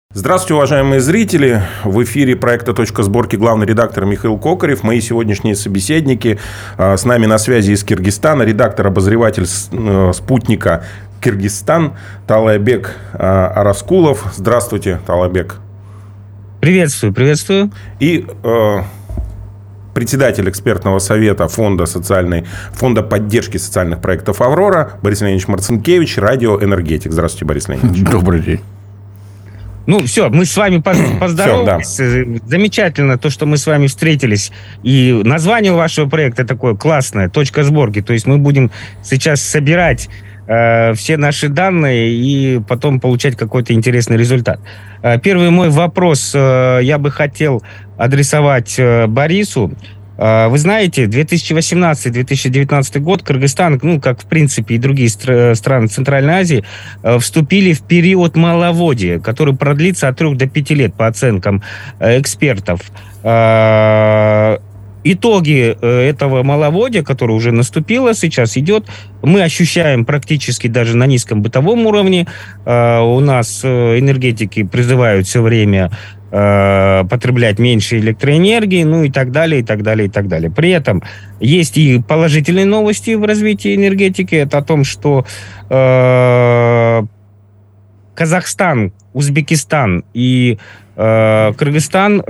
Здравствуйте, уважаемые зрители! В эфире проекта «Точка сборки» главный редактор Михаил Кокарев. Мои сегодняшние собеседники. С нами на связи из Киргизстана редактор-обозреватель «Спутника Киргизстан» Таалайбек Араскулов. Здравствуйте, Таалайбек. Приветствую. И председатель экспертного совета фонда поддержки социальных проектов «Аврора» Борис Леонидович Марцинкевич, радиоэнергетик. Здравствуйте, Борис Леонидович. Добрый день. Ну, все, мы с вами поздоровались. Все, да. Замечательно то, что мы с вами встретились. И название вашего проекта такое классное, «Точка сборки». То есть мы будем сейчас собирать все наши данные и потом получать какой-то интересный результат. Первый мой вопрос я бы хотел адресовать Борису. Вы знаете, 2018-2019 год Кыргызстан, как в принципе и другие страны Центральной Азии, вступили в период маловодия, который продлится от 3 до 5 лет по оценкам экспертов. Итоги этого маловодия, которое уже наступило, сейчас идет, мы ощущаем практически даже на низком бытовом уровне. У нас энергетики призывают все время потреблять меньше электроэнергии, и так далее, и так далее, и так далее. При этом есть и положительные новости в развитии энергетики. Это о том, что Казахстан, Узбекистан и Кыргызстан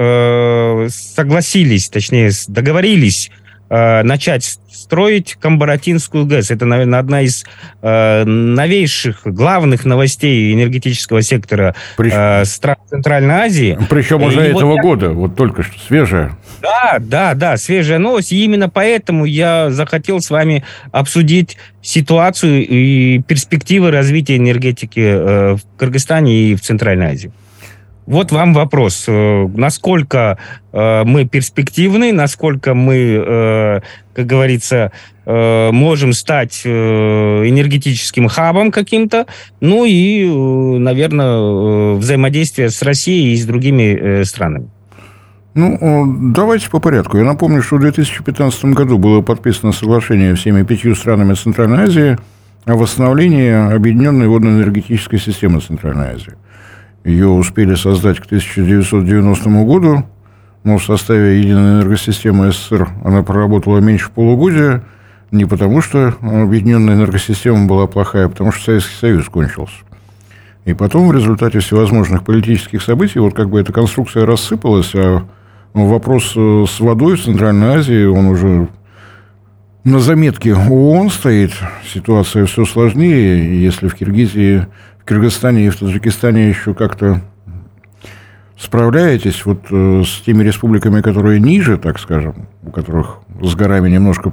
договорились начать строить Камбаратинскую ГЭС. Это, наверное, одна из новейших, главных новостей энергетического сектора стран Центральной Азии. Причем уже этого года, вот только что, свежая. Да, свежая новость. И именно поэтому я захотел с вами обсудить ситуацию и перспективы развития энергетики в Кыргызстане и в Центральной Азии. Вот вам вопрос. Насколько мы перспективны, насколько мы, как говорится, можем стать энергетическим хабом каким-то, и, наверное, взаимодействие с Россией и с другими странами. Давайте по порядку. Я напомню, что в 2015 году было подписано соглашение всеми 5 странами Центральной Азии о восстановлении объединенной водно-энергетической системы Центральной Азии. Ее успели создать к 1990 году, но в составе единой энергосистемы СССР она проработала меньше полугодия, не потому что объединенная энергосистема была плохая, а потому что Советский Союз кончился. И потом в результате всевозможных политических событий эта конструкция рассыпалась, а вопрос с водой в Центральной Азии, он уже на заметке ООН стоит, ситуация все сложнее, и если в Кыргызстане и в Таджикистане еще как-то справляетесь с теми республиками, которые ниже, так скажем, у которых с горами немножко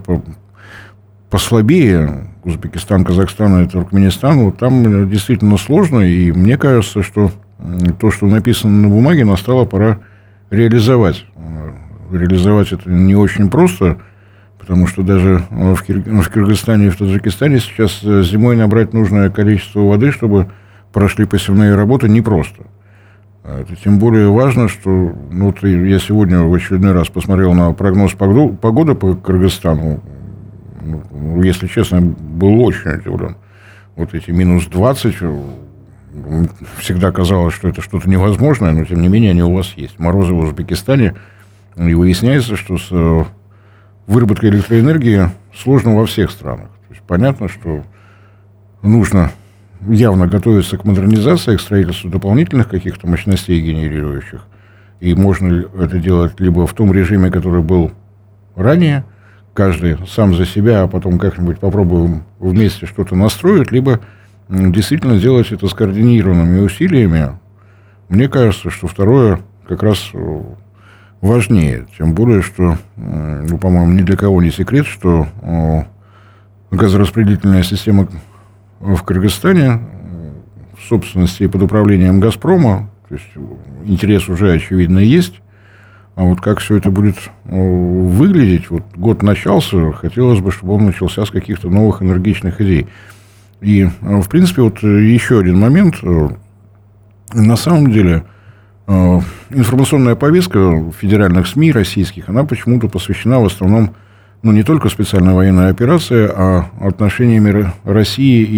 послабее, Узбекистан, Казахстан и Туркменистан, там действительно сложно, и мне кажется, что то, что написано на бумаге, настало пора реализовать. Реализовать это не очень просто, потому что даже в Кыргызстане и в Таджикистане сейчас зимой набрать нужное количество воды, чтобы прошли посевные работы, непросто. Это тем более важно, что я сегодня в очередной раз посмотрел на прогноз погоды по Кыргызстану. Если честно, был очень удивлен. Эти минус 20, всегда казалось, что это что-то невозможное, но тем не менее они у вас есть. Морозы в Узбекистане, и выясняется, что с выработкой электроэнергии сложно во всех странах. То есть понятно, что нужно явно готовиться к модернизации, к строительству дополнительных каких-то мощностей генерирующих. И можно это делать либо в том режиме, который был ранее, каждый сам за себя, а потом как-нибудь попробуем вместе что-то настроить, либо действительно делать это скоординированными усилиями. Мне кажется, что второе как раз важнее. Тем более, что, по-моему, ни для кого не секрет, что газораспределительная система в Кыргызстане в собственности и под управлением «Газпрома», то есть интерес уже, очевидно, есть. А как все это будет выглядеть, год начался, хотелось бы, чтобы он начался с каких-то новых энергичных идей. И, в принципе, еще один момент. На самом деле, информационная повестка федеральных СМИ российских, она почему-то посвящена в основном, не только специальной военной операции, а отношениями России и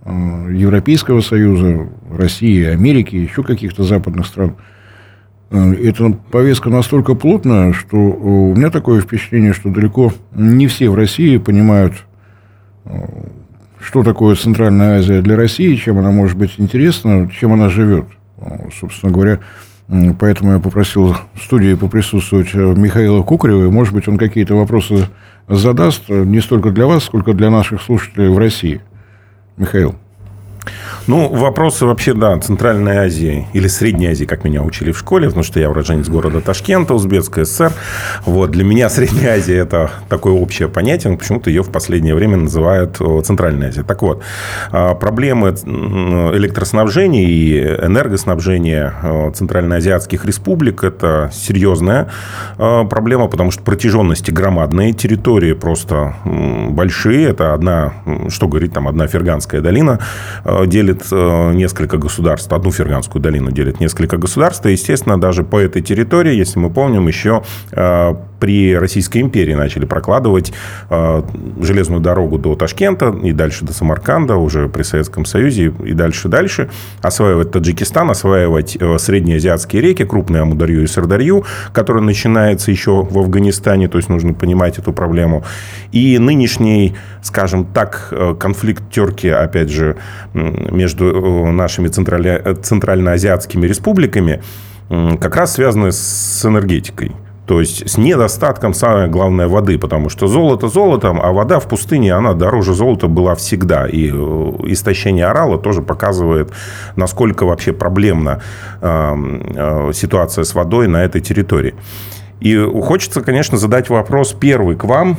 Европейского Союза, России, Америки, еще каких-то западных стран. Эта повестка настолько плотная, что у меня такое впечатление, что далеко не все в России понимают, что такое Центральная Азия для России, чем она может быть интересна, чем она живет. Собственно говоря, поэтому я попросил в студии поприсутствовать Михаила Кокарева, и, может быть, он какие-то вопросы задаст не столько для вас, сколько для наших слушателей в России. Михаил. Ну, вопросы вообще, да, Центральной Азии или Средней Азии, как меня учили в школе, потому что я уроженец города Ташкента, Узбекская ССР. Вот, для меня Средняя Азия – это такое общее понятие, но почему-то ее в последнее время называют Центральной Азией. Так вот, проблемы электроснабжения и энергоснабжения центральноазиатских республик – это серьезная проблема, потому что протяженности громадные, территории просто большие. Это одна, что говорить, там одна Ферганская долина делит несколько государств. Одну Ферганскую долину делит несколько государств. И, естественно, даже по этой территории, если мы помним, еще при Российской империи начали прокладывать железную дорогу до Ташкента и дальше до Самарканда, уже при Советском Союзе и дальше. Осваивать Таджикистан, осваивать среднеазиатские реки, крупные Амударью и Сырдарью, которая начинается еще в Афганистане. То есть, нужно понимать эту проблему. И нынешний, скажем так, конфликт терки, опять же, между нашими центральноазиатскими республиками как раз связаны с энергетикой. То есть, с недостатком, самое главное, воды. Потому что золото золотом, а вода в пустыне, она дороже золота была всегда. И истощение Арала тоже показывает, насколько вообще проблемна ситуация с водой на этой территории. И хочется, конечно, задать вопрос первый к вам,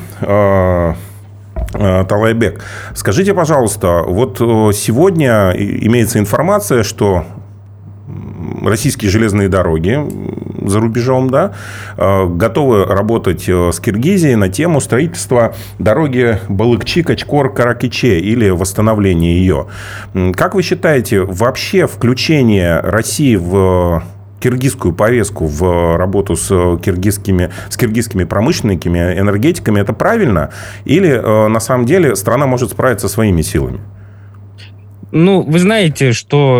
Талайбек. Скажите, пожалуйста, вот сегодня имеется информация, что российские железные дороги за рубежом, да, готовы работать с Киргизией на тему строительства дороги Балыкчи-Качкор-Каракече или восстановления ее. Как вы считаете, вообще включение России в киргизскую повестку в работу с киргизскими промышленниками, энергетиками, это правильно? Или на самом деле страна может справиться своими силами? Ну, вы знаете, что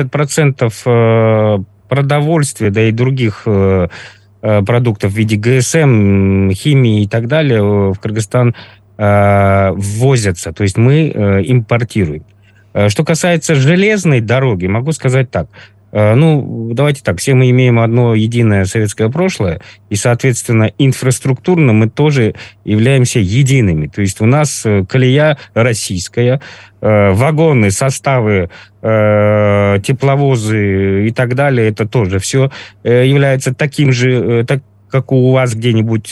70% продовольствия, да и других продуктов в виде ГСМ, химии и так далее в Кыргызстан ввозятся. То есть мы импортируем. Что касается железной дороги, могу сказать так. Ну, давайте так, все мы имеем одно единое советское прошлое, и, соответственно, инфраструктурно мы тоже являемся едиными. То есть у нас колея российская, вагоны, составы, тепловозы и так далее, это тоже все является таким же, так, как у вас где-нибудь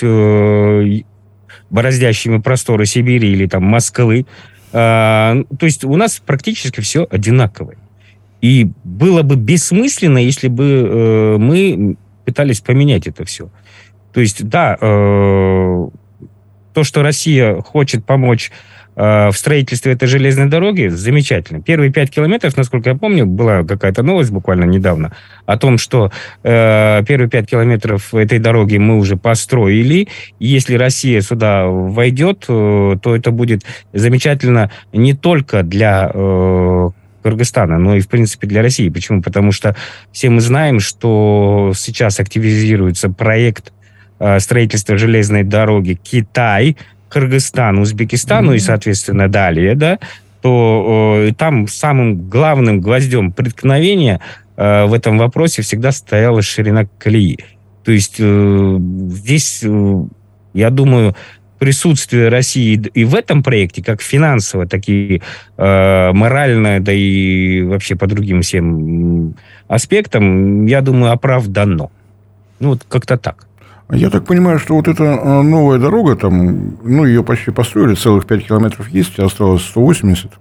бороздящими просторы Сибири или там Москвы. То есть у нас практически все одинаковое. И было бы бессмысленно, если бы мы пытались поменять это все. То есть, да, то, что Россия хочет помочь в строительстве этой железной дороги, замечательно. Первые 5 километров, насколько я помню, была какая-то новость буквально недавно о том, что первые 5 километров этой дороги мы уже построили. И если Россия сюда войдет, то это будет замечательно не только для Кыргызстана, но и, в принципе, для России. Почему? Потому что все мы знаем, что сейчас активизируется проект строительства железной дороги Китай, Кыргызстан, Узбекистан, ну и, соответственно, далее, да, то там самым главным гвоздем преткновения в этом вопросе всегда стояла ширина колеи. То есть здесь, я думаю, присутствие России и в этом проекте, как финансово, так и морально, да и вообще по другим всем аспектам, я думаю, оправдано. Ну, вот как-то так. Я так понимаю, что вот эта новая дорога, там, ну, ее почти построили, целых 5 километров есть, осталось 180.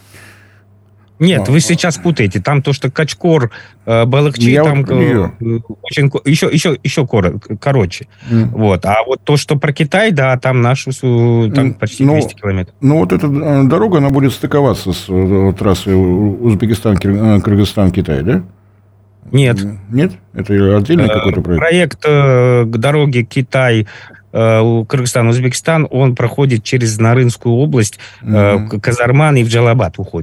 Нет, вы сейчас путаете. Там то, что Качкор, Балыкчи, там очень, еще короче. Вот. А вот то, что про Китай, да, там нашу там почти 200 километров. Ну, вот эта дорога, она будет стыковаться с трассой Узбекистан-Кыргызстан-Китай, да? Нет. Нет? Это отдельный какой-то проект? Проект дороги Китай, Кыргызстан, Узбекистан, он проходит через Нарынскую область, Казарман и в Джалабад уходит.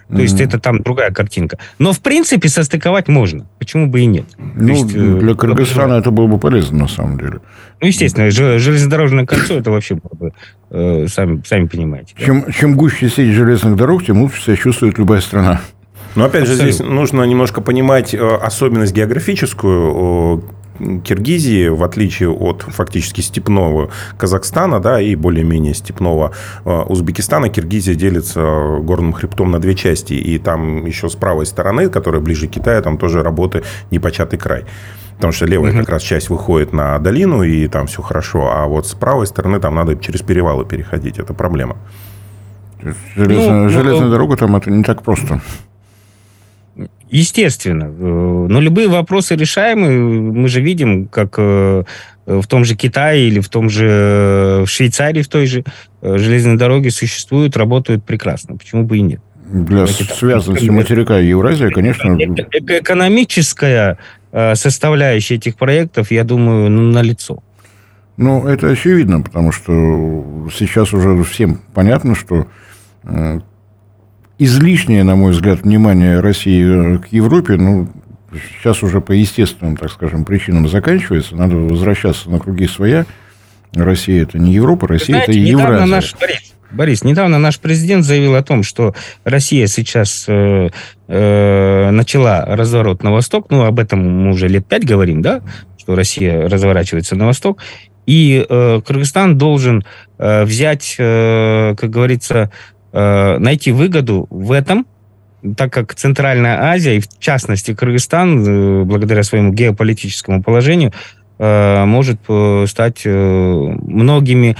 То есть это там другая картинка. Но, в принципе, состыковать можно. Почему бы и нет? Для Кыргызстана это было бы полезно, на самом деле. Ну, естественно, железнодорожное кольцо, это вообще было бы, сами понимаете. Чем гуще сеть железных дорог, тем лучше себя чувствует любая страна. Но, опять же, здесь нужно немножко понимать особенность географическую Киргизии, в отличие от фактически степного Казахстана, да, и более-менее степного Узбекистана. Киргизия делится горным хребтом на две части. И там еще с правой стороны, которая ближе к Китаю, там тоже работы непочатый край. Потому что левая как раз часть выходит на долину, и там все хорошо. А вот с правой стороны там надо через перевалы переходить. Это проблема. Железная дорога там это не так просто. Естественно. Но любые вопросы решаемы. Мы же видим, как в том же Китае или в том же в Швейцарии, в той же железные дороги существуют, работают прекрасно. Почему бы и нет? Для связанности материка и Евразия, конечно... Экономическая составляющая этих проектов, я думаю, налицо. Ну, это очевидно, потому что сейчас уже всем понятно, что излишнее, на мой взгляд, внимание России к Европе, сейчас уже по естественным, так скажем, причинам заканчивается. Надо возвращаться на круги своя. Россия – это не Европа, Россия – это Евразия. Борис, недавно наш президент заявил о том, что Россия сейчас начала разворот на восток. Об этом мы уже лет 5 говорим, да? Что Россия разворачивается на восток. И Кыргызстан должен взять, как говорится, найти выгоду в этом, так как Центральная Азия, и в частности Кыргызстан, благодаря своему геополитическому положению, может стать многими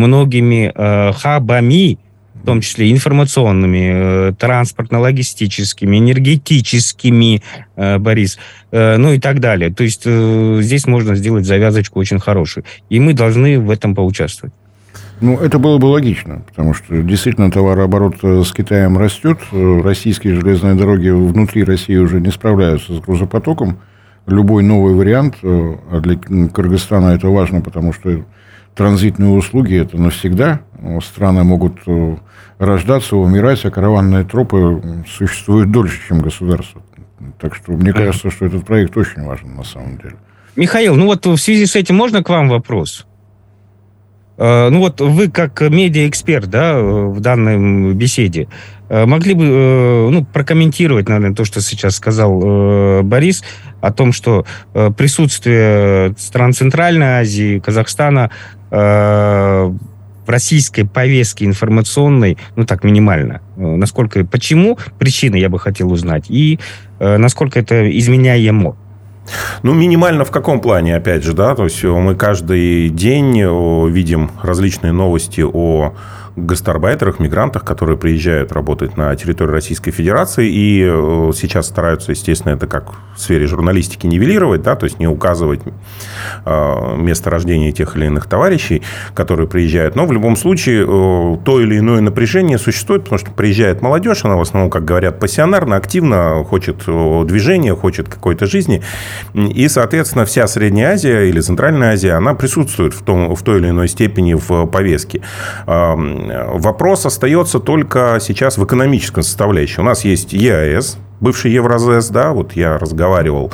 хабами, в том числе информационными, транспортно-логистическими, энергетическими, Борис, и так далее. То есть здесь можно сделать завязочку очень хорошую. И мы должны в этом поучаствовать. Это было бы логично, потому что действительно товарооборот с Китаем растет, российские железные дороги внутри России уже не справляются с грузопотоком. Любой новый вариант, а для Кыргызстана это важно, потому что транзитные услуги – это навсегда. Страны могут рождаться, умирать, а караванные тропы существуют дольше, чем государство. Так что мне кажется, что этот проект очень важен на самом деле. Михаил, в связи с этим можно к вам вопрос? Вы как медиаэксперт, да, в данной беседе, могли бы прокомментировать, наверное, то, что сейчас сказал Борис, о том, что присутствие стран Центральной Азии, Казахстана в российской повестке информационной, минимально. Почему? Причины я бы хотел узнать. И насколько это изменяемо. Минимально в каком плане, опять же, да? То есть мы каждый день видим различные новости о гастарбайтерах, мигрантах, которые приезжают работать на территории Российской Федерации, и сейчас стараются, естественно, это как в сфере журналистики нивелировать, да, то есть не указывать место рождения тех или иных товарищей, которые приезжают. Но в любом случае то или иное напряжение существует, потому что приезжает молодежь, она в основном, как говорят, пассионарно, активно, хочет движения, хочет какой-то жизни, и, соответственно, вся Средняя Азия или Центральная Азия, она присутствует в той или иной степени в повестке. Вопрос остается только сейчас в экономической составляющей. У нас есть ЕАЭС, бывший Евразес, да, я разговаривал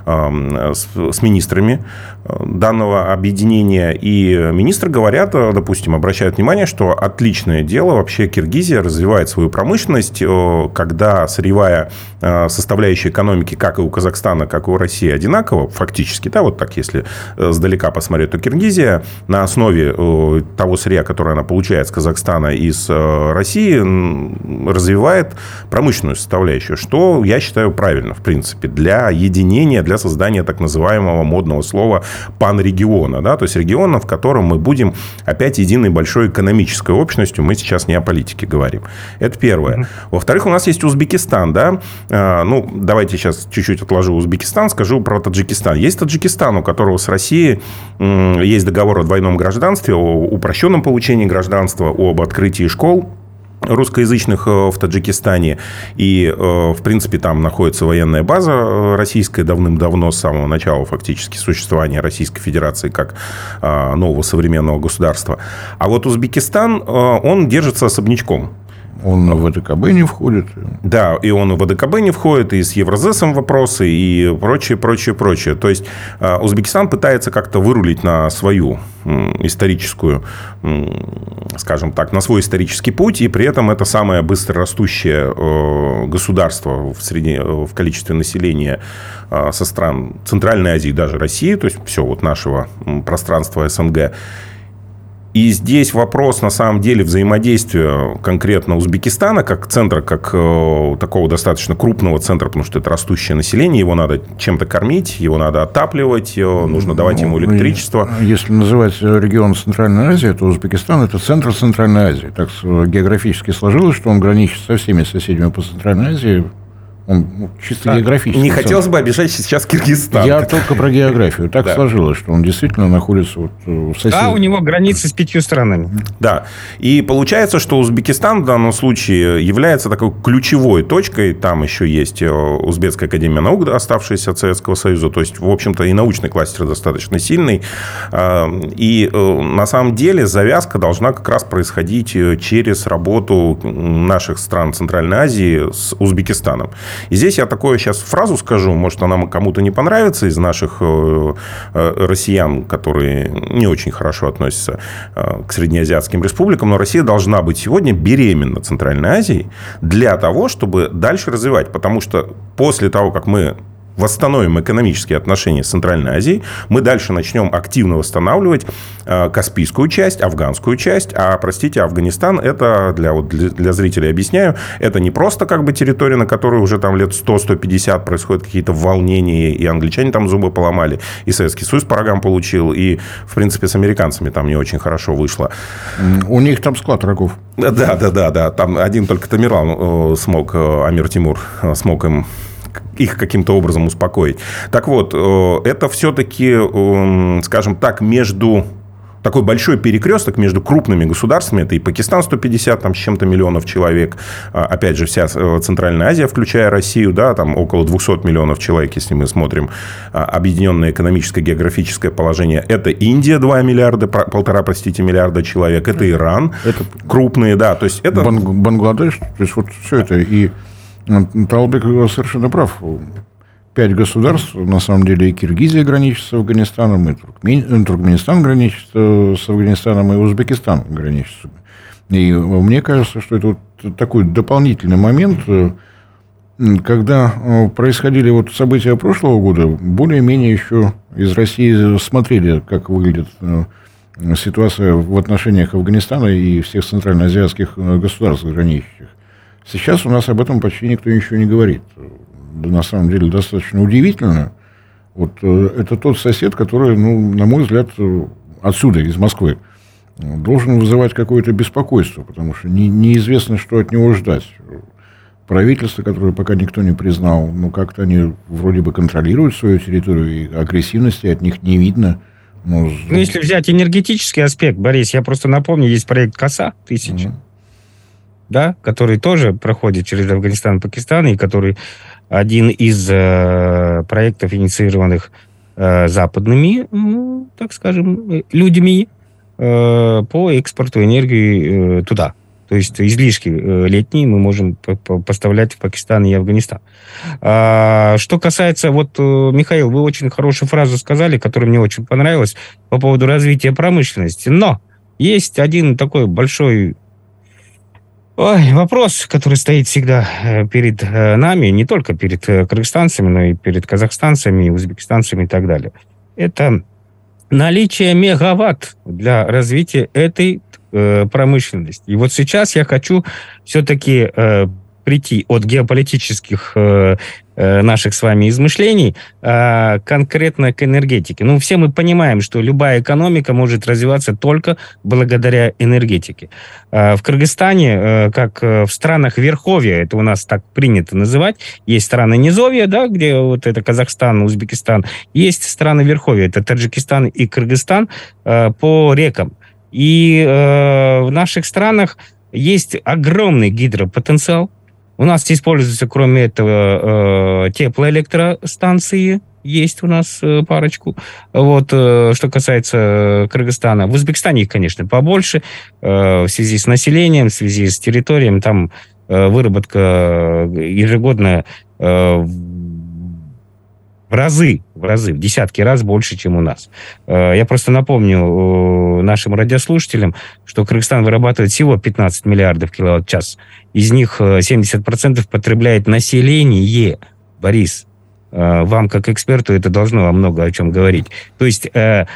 с министрами данного объединения, и министры говорят, допустим, обращают внимание, что отличное дело вообще Киргизия развивает свою промышленность, когда сырьевая составляющая экономики как и у Казахстана, как и у России одинакова, фактически, да, так если сдалека посмотреть, то Киргизия на основе того сырья, которое она получает с Казахстана и с России, развивает промышленную составляющую, что я считаю правильно, в принципе, для единения, для создания так называемого модного слова панрегиона, да, то есть региона, в котором мы будем опять единой большой экономической общностью. Мы сейчас не о политике говорим. Это первое. Во-вторых, у нас есть Узбекистан, да. Давайте сейчас чуть-чуть отложу Узбекистан, скажу про Таджикистан. Есть Таджикистан, у которого с Россией есть договор о двойном гражданстве, о упрощенном получении гражданства, об открытии школ русскоязычных в Таджикистане. И, в принципе, там находится военная база российская давным-давно, с самого начала фактически существования Российской Федерации как нового современного государства. А вот Узбекистан, он держится особнячком. Он в ВДКБ не входит. Да, и он в ВДКБ не входит, и с Евразесом вопросы, и прочее. То есть, Узбекистан пытается как-то вырулить на свою историческую, скажем так, на свой исторический путь, и при этом это самое быстрорастущее государство в количестве населения со стран Центральной Азии, даже России, то есть, все вот нашего пространства СНГ. И здесь вопрос, на самом деле, взаимодействия конкретно Узбекистана как центра, как такого достаточно крупного центра, потому что это растущее население, его надо чем-то кормить, его надо отапливать, нужно давать ему электричество. Если называть регион Центральной Азии, то Узбекистан – это центр Центральной Азии. Так географически сложилось, что он граничит со всеми соседями по Центральной Азии. Он чисто географически. Не хотелось бы обижать сейчас Киргизстан. Я только про географию. Так сложилось, что он действительно находится в соседях. Да, у него границы с 5 странами. Да. И получается, что Узбекистан в данном случае является такой ключевой точкой. Там еще есть Узбекская академия наук, оставшаяся от Советского Союза. То есть, в общем-то, и научный кластер достаточно сильный. И на самом деле завязка должна как раз происходить через работу наших стран Центральной Азии с Узбекистаном. И здесь я такую сейчас фразу скажу, может, она кому-то не понравится из наших россиян, которые не очень хорошо относятся к среднеазиатским республикам, но Россия должна быть сегодня беременна Центральной Азией для того, чтобы дальше развивать. Потому что после того, как мы восстановим экономические отношения с Центральной Азией, мы дальше начнем активно восстанавливать Каспийскую часть, афганскую часть. А, простите, Афганистан, это, для зрителей объясняю, это не просто как бы территория, на которой уже там лет 100-150 происходят какие-то волнения, и англичане там зубы поломали, и Советский Союз по рогам получил, и, в принципе, с американцами там не очень хорошо вышло. У них там склад рогов. Да. Там один только Тамерлан смог, Амир Тимур смог их каким-то образом успокоить. Так вот, это все-таки, скажем так, такой большой перекресток между крупными государствами. Это и Пакистан 150 там, с чем-то миллионов человек. Опять же, вся Центральная Азия, включая Россию, да, там около 200 миллионов человек, если мы смотрим объединенное экономическое географическое положение. Это Индия, 1,5 миллиарда человек. Это Иран, это крупные, да. То есть это... Бангладеш, то есть вот все это. И Талбек совершенно прав. 5 государств, на самом деле, и Киргизия граничит с Афганистаном, и Туркменистан граничит с Афганистаном, и Узбекистан граничит. И мне кажется, что это вот такой дополнительный момент, когда происходили вот события прошлого года, более-менее еще из России смотрели, как выглядит ситуация в отношениях Афганистана и всех центральноазиатских государств граничащих. Сейчас у нас об этом почти никто ничего не говорит. На самом деле, достаточно удивительно. Вот это тот сосед, который, на мой взгляд, отсюда, из Москвы, должен вызывать какое-то беспокойство, потому что неизвестно, что от него ждать. Правительство, которое пока никто не признал, как-то они вроде бы контролируют свою территорию, и агрессивности от них не видно. Если взять энергетический аспект, Борис, я просто напомню, есть проект КОСА-1000. Да, который тоже проходит через Афганистан и Пакистан, и который один из проектов, инициированных западными, так скажем, людьми по экспорту энергии туда. То есть излишки летние мы можем поставлять в Пакистан и Афганистан. Что касается, Михаил, вы очень хорошую фразу сказали, которая мне очень понравилась, по поводу развития промышленности. Но есть один такой большой вопрос, который стоит всегда перед нами, не только перед кыргызстанцами, но и перед казахстанцами, узбекистанцами и так далее. Это наличие мегаватт для развития этой промышленности. И вот сейчас я хочу все-таки прийти от геополитических наших с вами измышлений конкретно к энергетике. Все мы понимаем, что любая экономика может развиваться только благодаря энергетике. В Кыргызстане, как в странах Верховья, это у нас так принято называть, есть страны низовья, да, где вот это Казахстан, Узбекистан, есть страны Верховья, это Таджикистан и Кыргызстан по рекам. И в наших странах есть огромный гидропотенциал. У нас используются, кроме этого, теплоэлектростанции, есть у нас парочку. Вот, что касается Кыргызстана. В Узбекистане их, конечно, побольше. В связи с населением, в связи с территорией, там выработка ежегодно в десятки раз больше, чем у нас. Я просто напомню нашим радиослушателям, что Кыргызстан вырабатывает всего 15 миллиардов киловатт-час. Из них 70% потребляет население. Борис, вам, как эксперту, это должно вам много о чем говорить. То есть,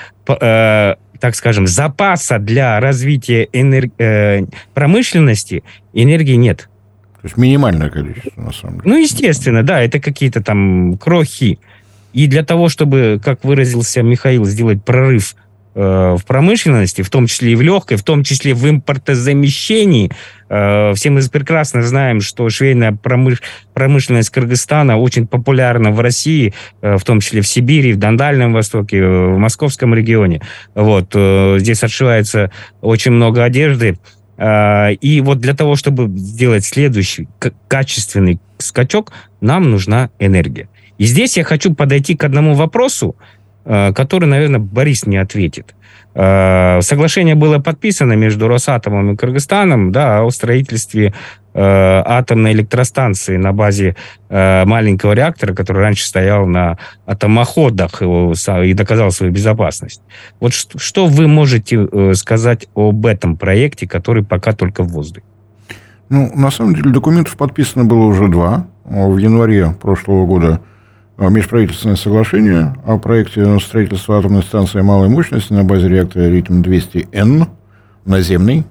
так скажем, запаса для развития промышленности энергии нет. То есть минимальное количество, на самом деле. Ну, естественно, да, это какие-то там крохи. И для того, чтобы, как выразился Михаил, сделать прорыв в промышленности, в том числе и в легкой, в том числе в импортозамещении, все мы прекрасно знаем, что швейная промышленность Кыргызстана очень популярна в России, в том числе в Сибири, в Дальнем Востоке, в Московском регионе. Вот. Здесь отшивается очень много одежды. И вот для того, чтобы сделать следующий качественный скачок, нам нужна энергия. И здесь я хочу подойти к одному вопросу, который, наверное, Борис не ответит. Соглашение было подписано между Росатомом и Кыргызстаном, да, о строительстве атомной электростанции на базе маленького реактора, который раньше стоял на атомоходах и доказал свою безопасность. Вот что вы можете сказать об этом проекте, который пока только в воздухе? Ну, на самом деле, документов подписано было уже 2. В январе прошлого года межправительственное соглашение о проекте строительства атомной станции малой мощности на базе реактора Ритм-200Н наземный.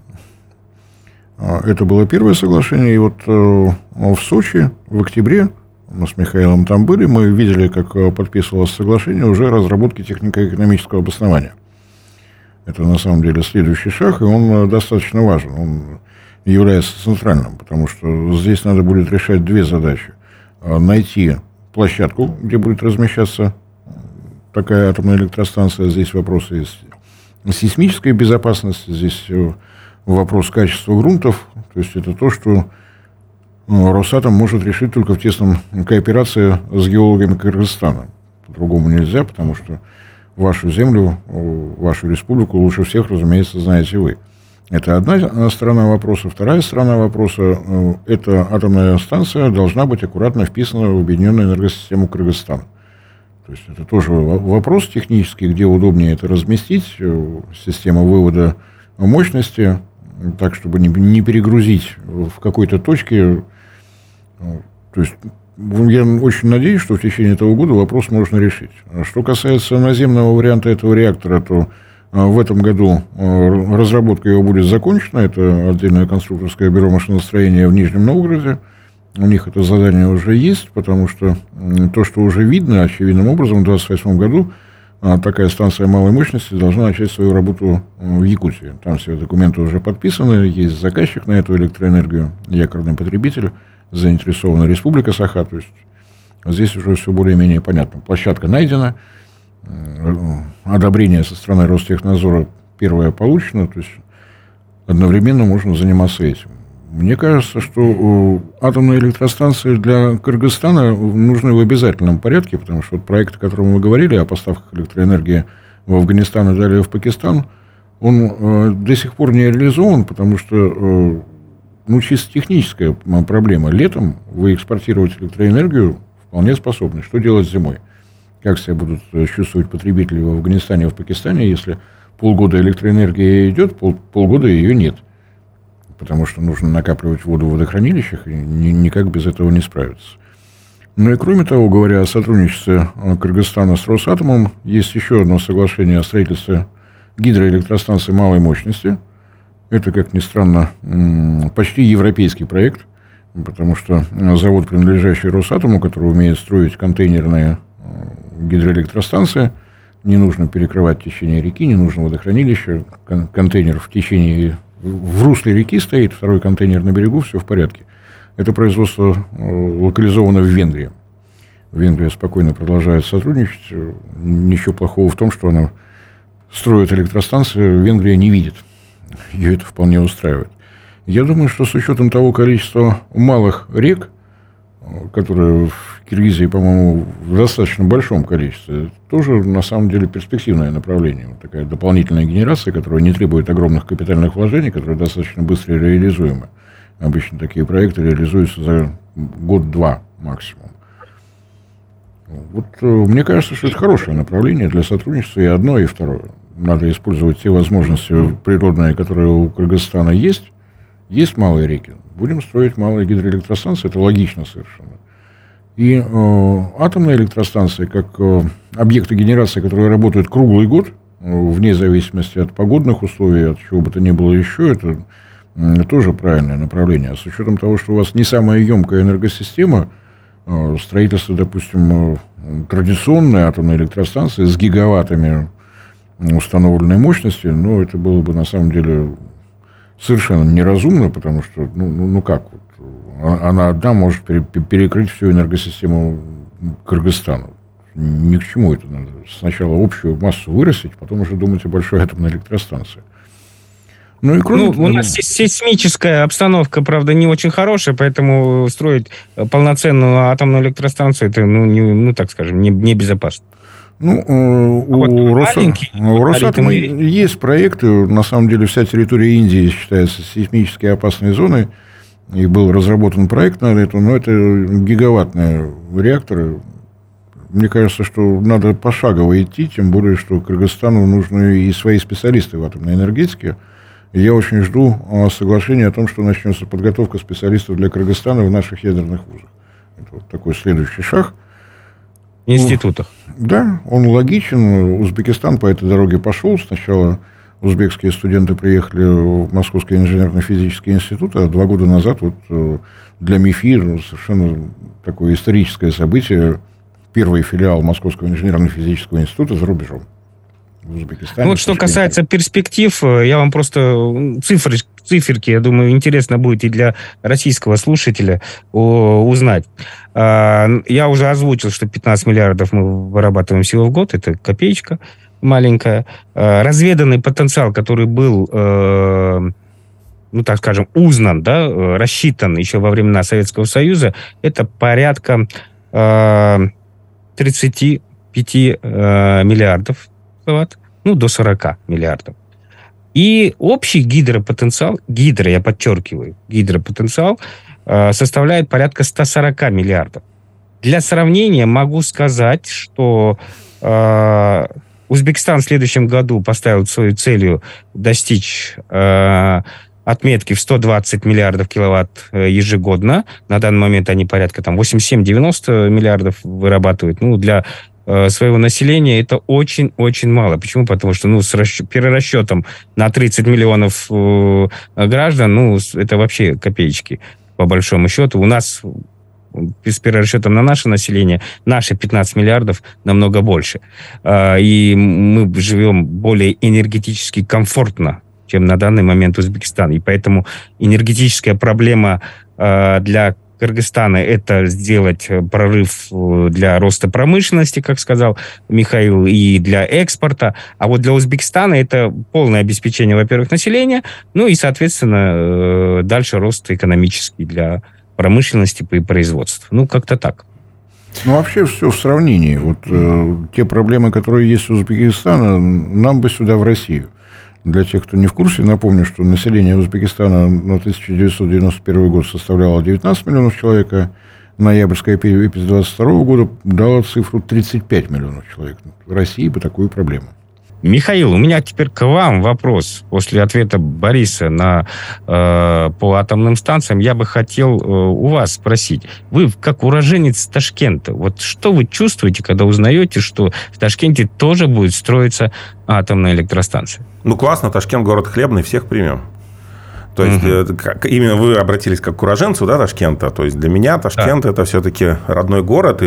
Это было первое соглашение. И вот в Сочи в октябре, мы с Михаилом там были, мы видели, как подписывалось соглашение уже разработки технико-экономического обоснования. Это на самом деле следующий шаг, и он достаточно важен. Он является центральным, потому что здесь надо будет решать 2 задачи. Найти площадку, где будет размещаться такая атомная электростанция. Здесь вопросы есть сейсмической безопасности, здесь вопрос качества грунтов. То есть это то, что Росатом может решить только в тесном кооперации с геологами Кыргызстана. По-другому нельзя, потому что вашу землю, вашу республику лучше всех, разумеется, знаете вы. Это одна сторона вопроса. Вторая сторона вопроса – эта атомная станция должна быть аккуратно вписана в объединенную энергосистему Кыргызстана. То есть это тоже вопрос технический, где удобнее это разместить, система вывода мощности, так, чтобы не перегрузить в какой-то точке. То есть я очень надеюсь, что в течение этого года вопрос можно решить. Что касается наземного варианта этого реактора, то в этом году разработка его будет закончена. Это отдельное конструкторское бюро машиностроения в Нижнем Новгороде. У них это задание уже есть, потому что то, что уже видно, очевидным образом, в 2028 году такая станция малой мощности должна начать свою работу в Якутии. Там все документы уже подписаны, есть заказчик на эту электроэнергию, якорный потребитель, заинтересована Республика Саха. То есть здесь уже все более-менее понятно. Площадка найдена, одобрение со стороны Ростехнадзора первое получено, то есть одновременно можно заниматься этим. Мне кажется, что атомные электростанции для Кыргызстана нужны в обязательном порядке, потому что вот проект, о котором мы говорили, о поставках электроэнергии в Афганистан и далее в Пакистан, он до сих пор не реализован, потому что чисто техническая проблема. Летом вы экспортировать электроэнергию вполне способны. Что делать зимой? Как себя будут чувствовать потребители в Афганистане и в Пакистане, если полгода электроэнергия идет, полгода ее нет? Потому что нужно накапливать воду в водохранилищах, и никак без этого не справиться. Ну и кроме того, говоря о сотрудничестве Кыргызстана с Росатомом, есть еще одно соглашение о строительстве гидроэлектростанции малой мощности. Это, как ни странно, почти европейский проект, потому что завод, принадлежащий Росатому, который умеет строить контейнерные гидроэлектростанции, не нужно перекрывать течение реки, не нужно водохранилище, контейнер в русле реки стоит, второй контейнер на берегу, все в порядке. Это производство локализовано в Венгрии. Венгрия спокойно продолжает сотрудничать. Ничего плохого в том, что она строит электростанцию, Венгрия не видит. Ее это вполне устраивает. Я думаю, что с учетом того количества малых рек, которые в Киргизии, по-моему, в достаточно большом количестве. Это тоже, на самом деле, перспективное направление. Вот такая дополнительная генерация, которая не требует огромных капитальных вложений, которая достаточно быстро реализуема. Обычно такие проекты реализуются за год-два максимум. Вот мне кажется, что это хорошее направление для сотрудничества и одно, и второе. Надо использовать те возможности природные, которые у Кыргызстана есть. Есть малые реки. Будем строить малые гидроэлектростанции. Это логично совершенно. И атомные электростанции, как объекты генерации, которые работают круглый год, вне зависимости от погодных условий, от чего бы то ни было еще, это тоже правильное направление. А с учетом того, что у вас не самая емкая энергосистема, строительство, допустим, традиционной атомной электростанции с гигаваттами установленной мощности, это было бы на самом деле совершенно неразумно, потому что, как вот, она одна может перекрыть всю энергосистему Кыргызстана. Ни к чему это надо. Сначала общую массу вырастить, потом уже думать о большой атомной электростанции. У нас сейсмическая обстановка, правда, не очень хорошая, поэтому строить полноценную атомную электростанцию, это, так скажем, небезопасно. У Росатома есть проекты. На самом деле, вся территория Индии считается сейсмически опасной зоной. И был разработан проект на это, но это гигаваттные реакторы. Мне кажется, что надо пошагово идти, тем более, что Кыргызстану нужны и свои специалисты в атомной энергетике. И я очень жду соглашения о том, что начнется подготовка специалистов для Кыргызстана в наших ядерных вузах. Это вот такой следующий шаг. В институтах. Да, он логичен. Узбекистан по этой дороге пошел. Сначала узбекские студенты приехали в Московский инженерно-физический институт, а 2 года назад для МИФИ совершенно такое историческое событие. Первый филиал Московского инженерно-физического института за рубежом. В Узбекистане. Что касается перспектив, я вам просто циферки, я думаю, интересно будет и для российского слушателя узнать. Я уже озвучил, что 15 миллиардов мы вырабатываем всего в год, это копеечка маленькая. Разведанный потенциал, который был, так скажем, узнан, рассчитан еще во времена Советского Союза, это порядка 35 миллиардов киловатт, до 40 миллиардов. И общий гидропотенциал, я подчеркиваю, гидропотенциал составляет порядка 140 миллиардов. Для сравнения могу сказать, что Узбекистан в следующем году поставил свою целью достичь отметки в 120 миллиардов киловатт ежегодно. На данный момент они порядка 87-90 миллиардов вырабатывают. Для своего населения это очень-очень мало. Почему? Потому что с перерасчетом на 30 миллионов граждан, это вообще копеечки, по большому счету. У нас с перерасчетом на наше население, наши 15 миллиардов намного больше. И мы живем более энергетически комфортно, чем на данный момент Узбекистан. И поэтому энергетическая проблема для Кыргызстана — это сделать прорыв для роста промышленности, как сказал Михаил, и для экспорта. А вот для Узбекистана это полное обеспечение, во-первых, населения, и, соответственно, дальше рост экономический для промышленности и производства. Как-то так. Вообще все в сравнении. Те проблемы, которые есть у Узбекистана, нам бы сюда, в Россию. Для тех, кто не в курсе, напомню, что население Узбекистана на 1991 год составляло 19 миллионов человек, а ноябрьская перепись 2022 года дала цифру 35 миллионов человек. В России бы такую проблему. Михаил, у меня теперь к вам вопрос. После ответа Бориса по атомным станциям я бы хотел у вас спросить. Вы, как уроженец Ташкента, что вы чувствуете, когда узнаете, что в Ташкенте тоже будет строиться атомная электростанция? Классно, Ташкент город хлебный, всех примем. То есть, именно вы обратились как к уроженцу, Ташкента. То есть, для меня Ташкент это все-таки родной город,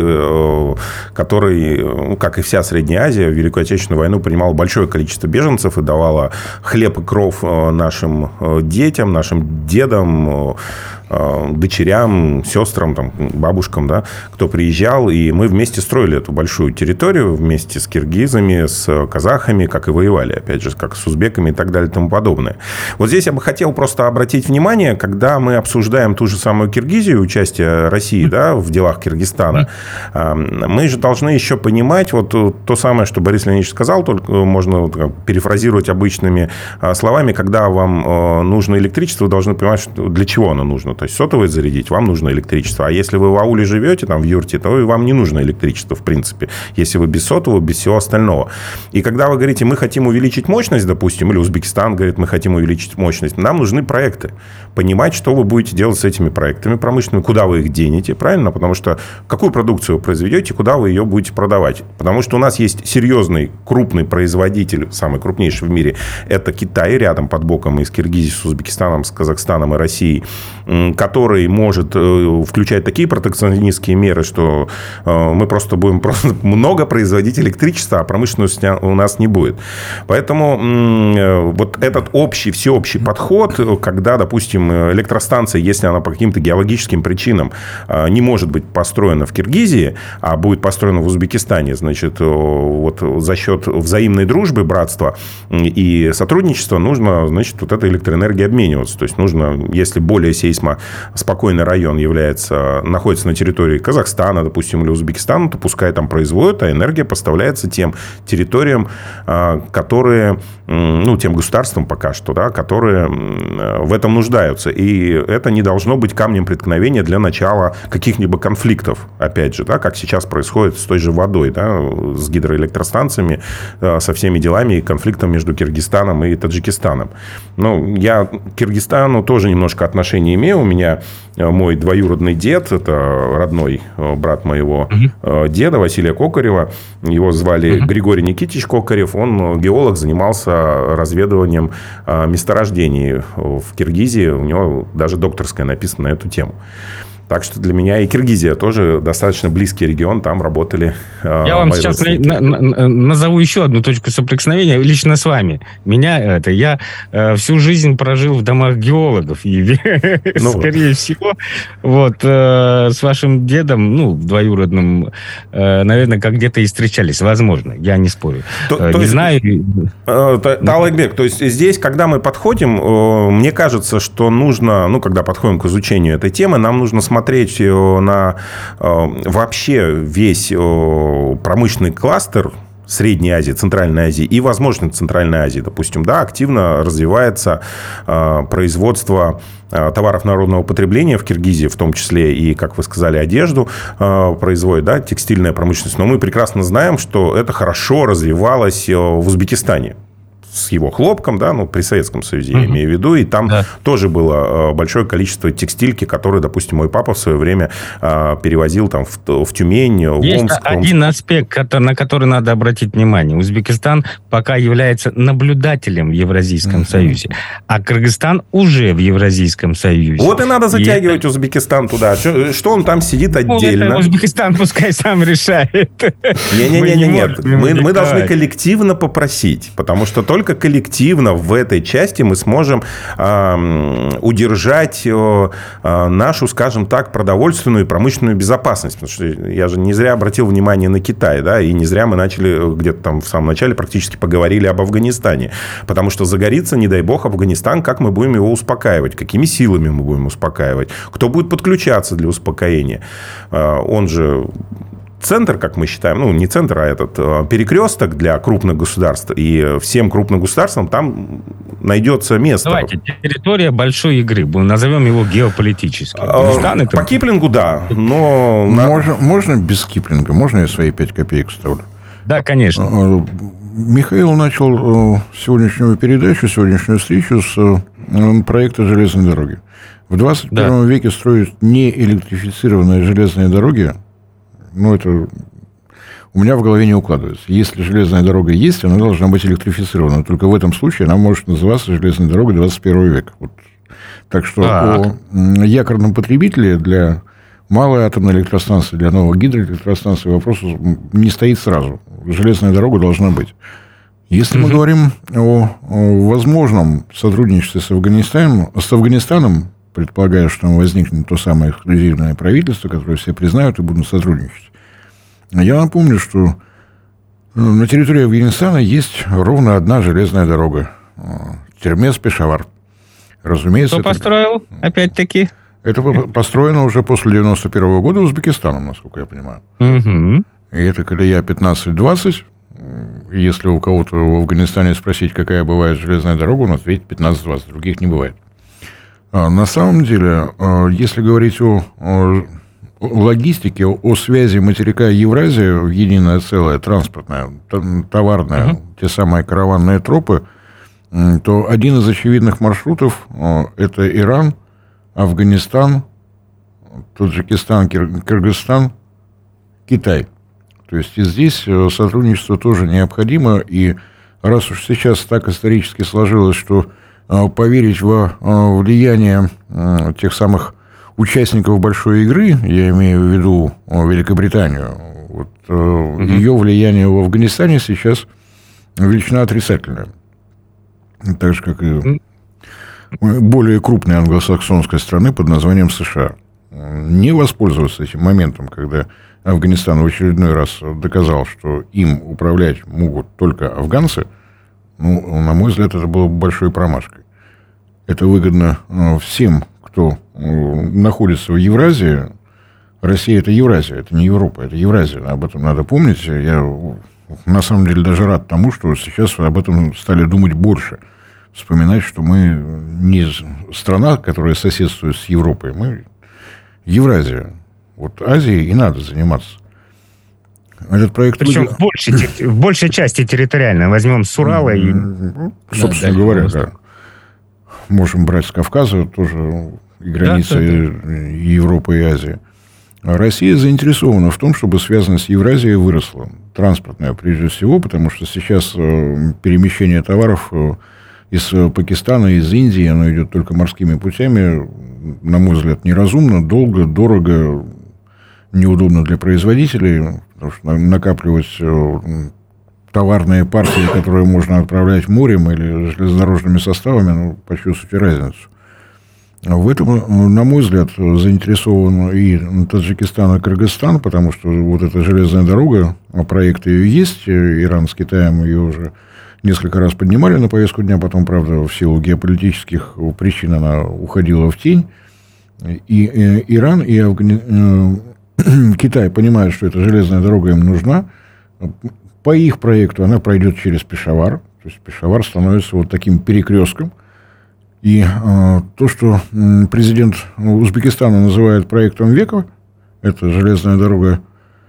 который, как и вся Средняя Азия, в Великую Отечественную войну принимал большое количество беженцев и давала хлеб и кров нашим детям, нашим дедам. дочерям, сестрам, там, бабушкам, да, кто приезжал. И мы вместе строили эту большую территорию, вместе с киргизами, с казахами, как и воевали, опять же, как с узбеками и так далее и тому подобное. Вот здесь я бы хотел просто обратить внимание, когда мы обсуждаем ту же самую Киргизию, участие России, да, в делах Киргизстана, мы же должны еще понимать вот то самое, что Борис Леонидович сказал, только можно перефразировать обычными словами, когда вам нужно электричество, вы должны понимать, что для чего оно нужно. То есть сотовый зарядить, вам нужно электричество. А если вы в ауле живете, там, в юрте, то и вам не нужно электричество, в принципе. Если вы без сотового, без всего остального. И когда вы говорите, мы хотим увеличить мощность, допустим, или Узбекистан говорит, мы хотим увеличить мощность, нам нужны проекты. Понимать, что вы будете делать с этими проектами промышленными, куда вы их денете, правильно? Потому что какую продукцию вы произведете, куда вы ее будете продавать. Потому что у нас есть серьезный, крупный производитель, самый крупнейший в мире, это Китай, рядом под боком и с Киргизией, с Узбекистаном, с Казахстаном и Россией, который может включать такие протекционистские меры, что мы просто будем много производить электричества, а промышленности у нас не будет. Поэтому вот этот всеобщий подход, когда, допустим, электростанция, если она по каким-то геологическим причинам не может быть построена в Киргизии, а будет построена в Узбекистане, значит, вот за счет взаимной дружбы, братства и сотрудничества нужно, значит, вот этой электроэнергией обмениваться. То есть нужно, если более сейсмоспокойный район находится на территории Казахстана, допустим, или Узбекистана, то пускай там производят, а энергия поставляется тем территориям, которые, тем государствам пока что, да, которые в этом нуждаются. И это не должно быть камнем преткновения для начала каких-либо конфликтов, опять же, да, как сейчас происходит с той же водой, да, с гидроэлектростанциями, со всеми делами и конфликтом между Киргизстаном и Таджикистаном. Я к Киргизстану тоже немножко отношения имею. У меня мой двоюродный дед, это родной брат моего деда Василия Кокарева. Его звали Григорий Никитич Кокарев. Он геолог, занимался разведыванием месторождений в Киргизии. У него даже докторская написана на эту тему. Так что для меня и Киргизия тоже достаточно близкий регион. Там работали... Я вам сейчас назову еще одну точку соприкосновения лично с вами. Я всю жизнь прожил в домах геологов. И, скорее всего, с вашим дедом, двоюродным, наверное, как где-то и встречались. Возможно, я не спорю. Не знаю. Таалайбек, то есть здесь, когда мы подходим, мне кажется, что нужно, когда подходим к изучению этой темы, нам нужно смотреть на вообще весь промышленный кластер Средней Азии, Центральной Азии и, возможно, Центральной Азии, допустим, да, активно развивается производство товаров народного потребления в Киргизии, в том числе и, как вы сказали, одежду производит, да, текстильная промышленность. Но мы прекрасно знаем, что это хорошо развивалось в Узбекистане. С его хлопком, да, при Советском Союзе, я имею в виду, и там тоже было большое количество текстильки, которые, допустим, мой папа в свое время перевозил там в Тюмень, в Омск. Есть один аспект, на который надо обратить внимание. Узбекистан пока является наблюдателем в Евразийском Союзе, а Кыргызстан уже в Евразийском Союзе. Вот и надо затягивать Узбекистан туда. Что он там сидит отдельно? Узбекистан пускай сам решает. Нет. Мы должны коллективно попросить, потому что только коллективно в этой части мы сможем удержать нашу, скажем так, продовольственную и промышленную безопасность. Потому что я же не зря обратил внимание на Китай, да, и не зря мы начали где-то там в самом начале практически поговорили об Афганистане. Потому что загорится, не дай бог, Афганистан, как мы будем его успокаивать, какими силами мы будем успокаивать, кто будет подключаться для успокоения. Он же... Центр, как мы считаем, не центр, а этот перекресток для крупных государств. И всем крупным государствам там найдется место. Давайте, территория большой игры. Назовем его геополитической. По Киплингу, да. Но... Можно без Киплинга? Можно я свои 5 копеек вставлю? Да, конечно. Михаил начал сегодняшнюю передачу, сегодняшнюю встречу с проекта железной дороги. В 21 веке строить неэлектрифицированные железные дороги, это у меня в голове не укладывается. Если железная дорога есть, она должна быть электрифицирована. Только в этом случае она может называться железной дорогой 21 века. Так что о якорном потребителе для малой атомной электростанции, для новой гидроэлектростанции вопрос не стоит сразу. Железная дорога должна быть. Если мы говорим о возможном сотрудничестве с Афганистаном, предполагаю, что там возникнет то самое эксклюзивное правительство, которое все признают и будут сотрудничать. Я напомню, что на территории Афганистана есть ровно одна железная дорога. Термез-Пешавар. Разумеется... Кто построил, опять-таки? Это построено уже после 91 года Узбекистаном, насколько я понимаю. Угу. И это колея 15-20. Если у кого-то в Афганистане спросить, какая бывает железная дорога, он ответит 15-20. Других не бывает. На самом деле, если говорить о логистике, о связи материка и Евразии в единое целое, транспортное, товарное, те самые караванные тропы, то один из очевидных маршрутов – это Иран, Афганистан, Таджикистан, Кыргызстан, Китай. То есть и здесь сотрудничество тоже необходимо. И раз уж сейчас так исторически сложилось, что поверить во влияние тех самых участников большой игры, я имею в виду Великобританию, вот, ее влияние в Афганистане сейчас величина отрицательная. Так же, как и более крупной англосаксонской страны под названием США. Не воспользоваться этим моментом, когда Афганистан в очередной раз доказал, что им управлять могут только афганцы, на мой взгляд, это было большой промашкой. Это выгодно всем, кто находится в Евразии. Россия – это Евразия, это не Европа, это Евразия. Об этом надо помнить. Я, на самом деле, даже рад тому, что сейчас об этом стали думать больше. Вспоминать, что мы не страна, которая соседствует с Европой, мы Евразия. Вот Азией и надо заниматься. Этот проект... Причем в большей части территориально. Возьмем с Урала и... Собственно говоря, да. Можем брать с Кавказа тоже и границы Европы и Азии. Россия заинтересована в том, чтобы связанность с Евразией выросла. Транспортная, прежде всего, потому что сейчас перемещение товаров из Пакистана, из Индии, оно идет только морскими путями. На мой взгляд, неразумно, долго, дорого, неудобно для производителей, потому что накапливать товарные партии, которые можно отправлять морем или железнодорожными составами, почувствуйте разницу. В этом, на мой взгляд, заинтересован и Таджикистан, и Кыргызстан, потому что вот эта железная дорога, проект ее есть, Иран с Китаем ее уже несколько раз поднимали на повестку дня, потом, правда, в силу геополитических причин она уходила в тень. И Иран, и Китай понимают, что эта железная дорога им нужна. По их проекту она пройдет через Пешавар. То есть Пешавар становится вот таким перекрестком. И то, что президент Узбекистана называет проектом века, это железная дорога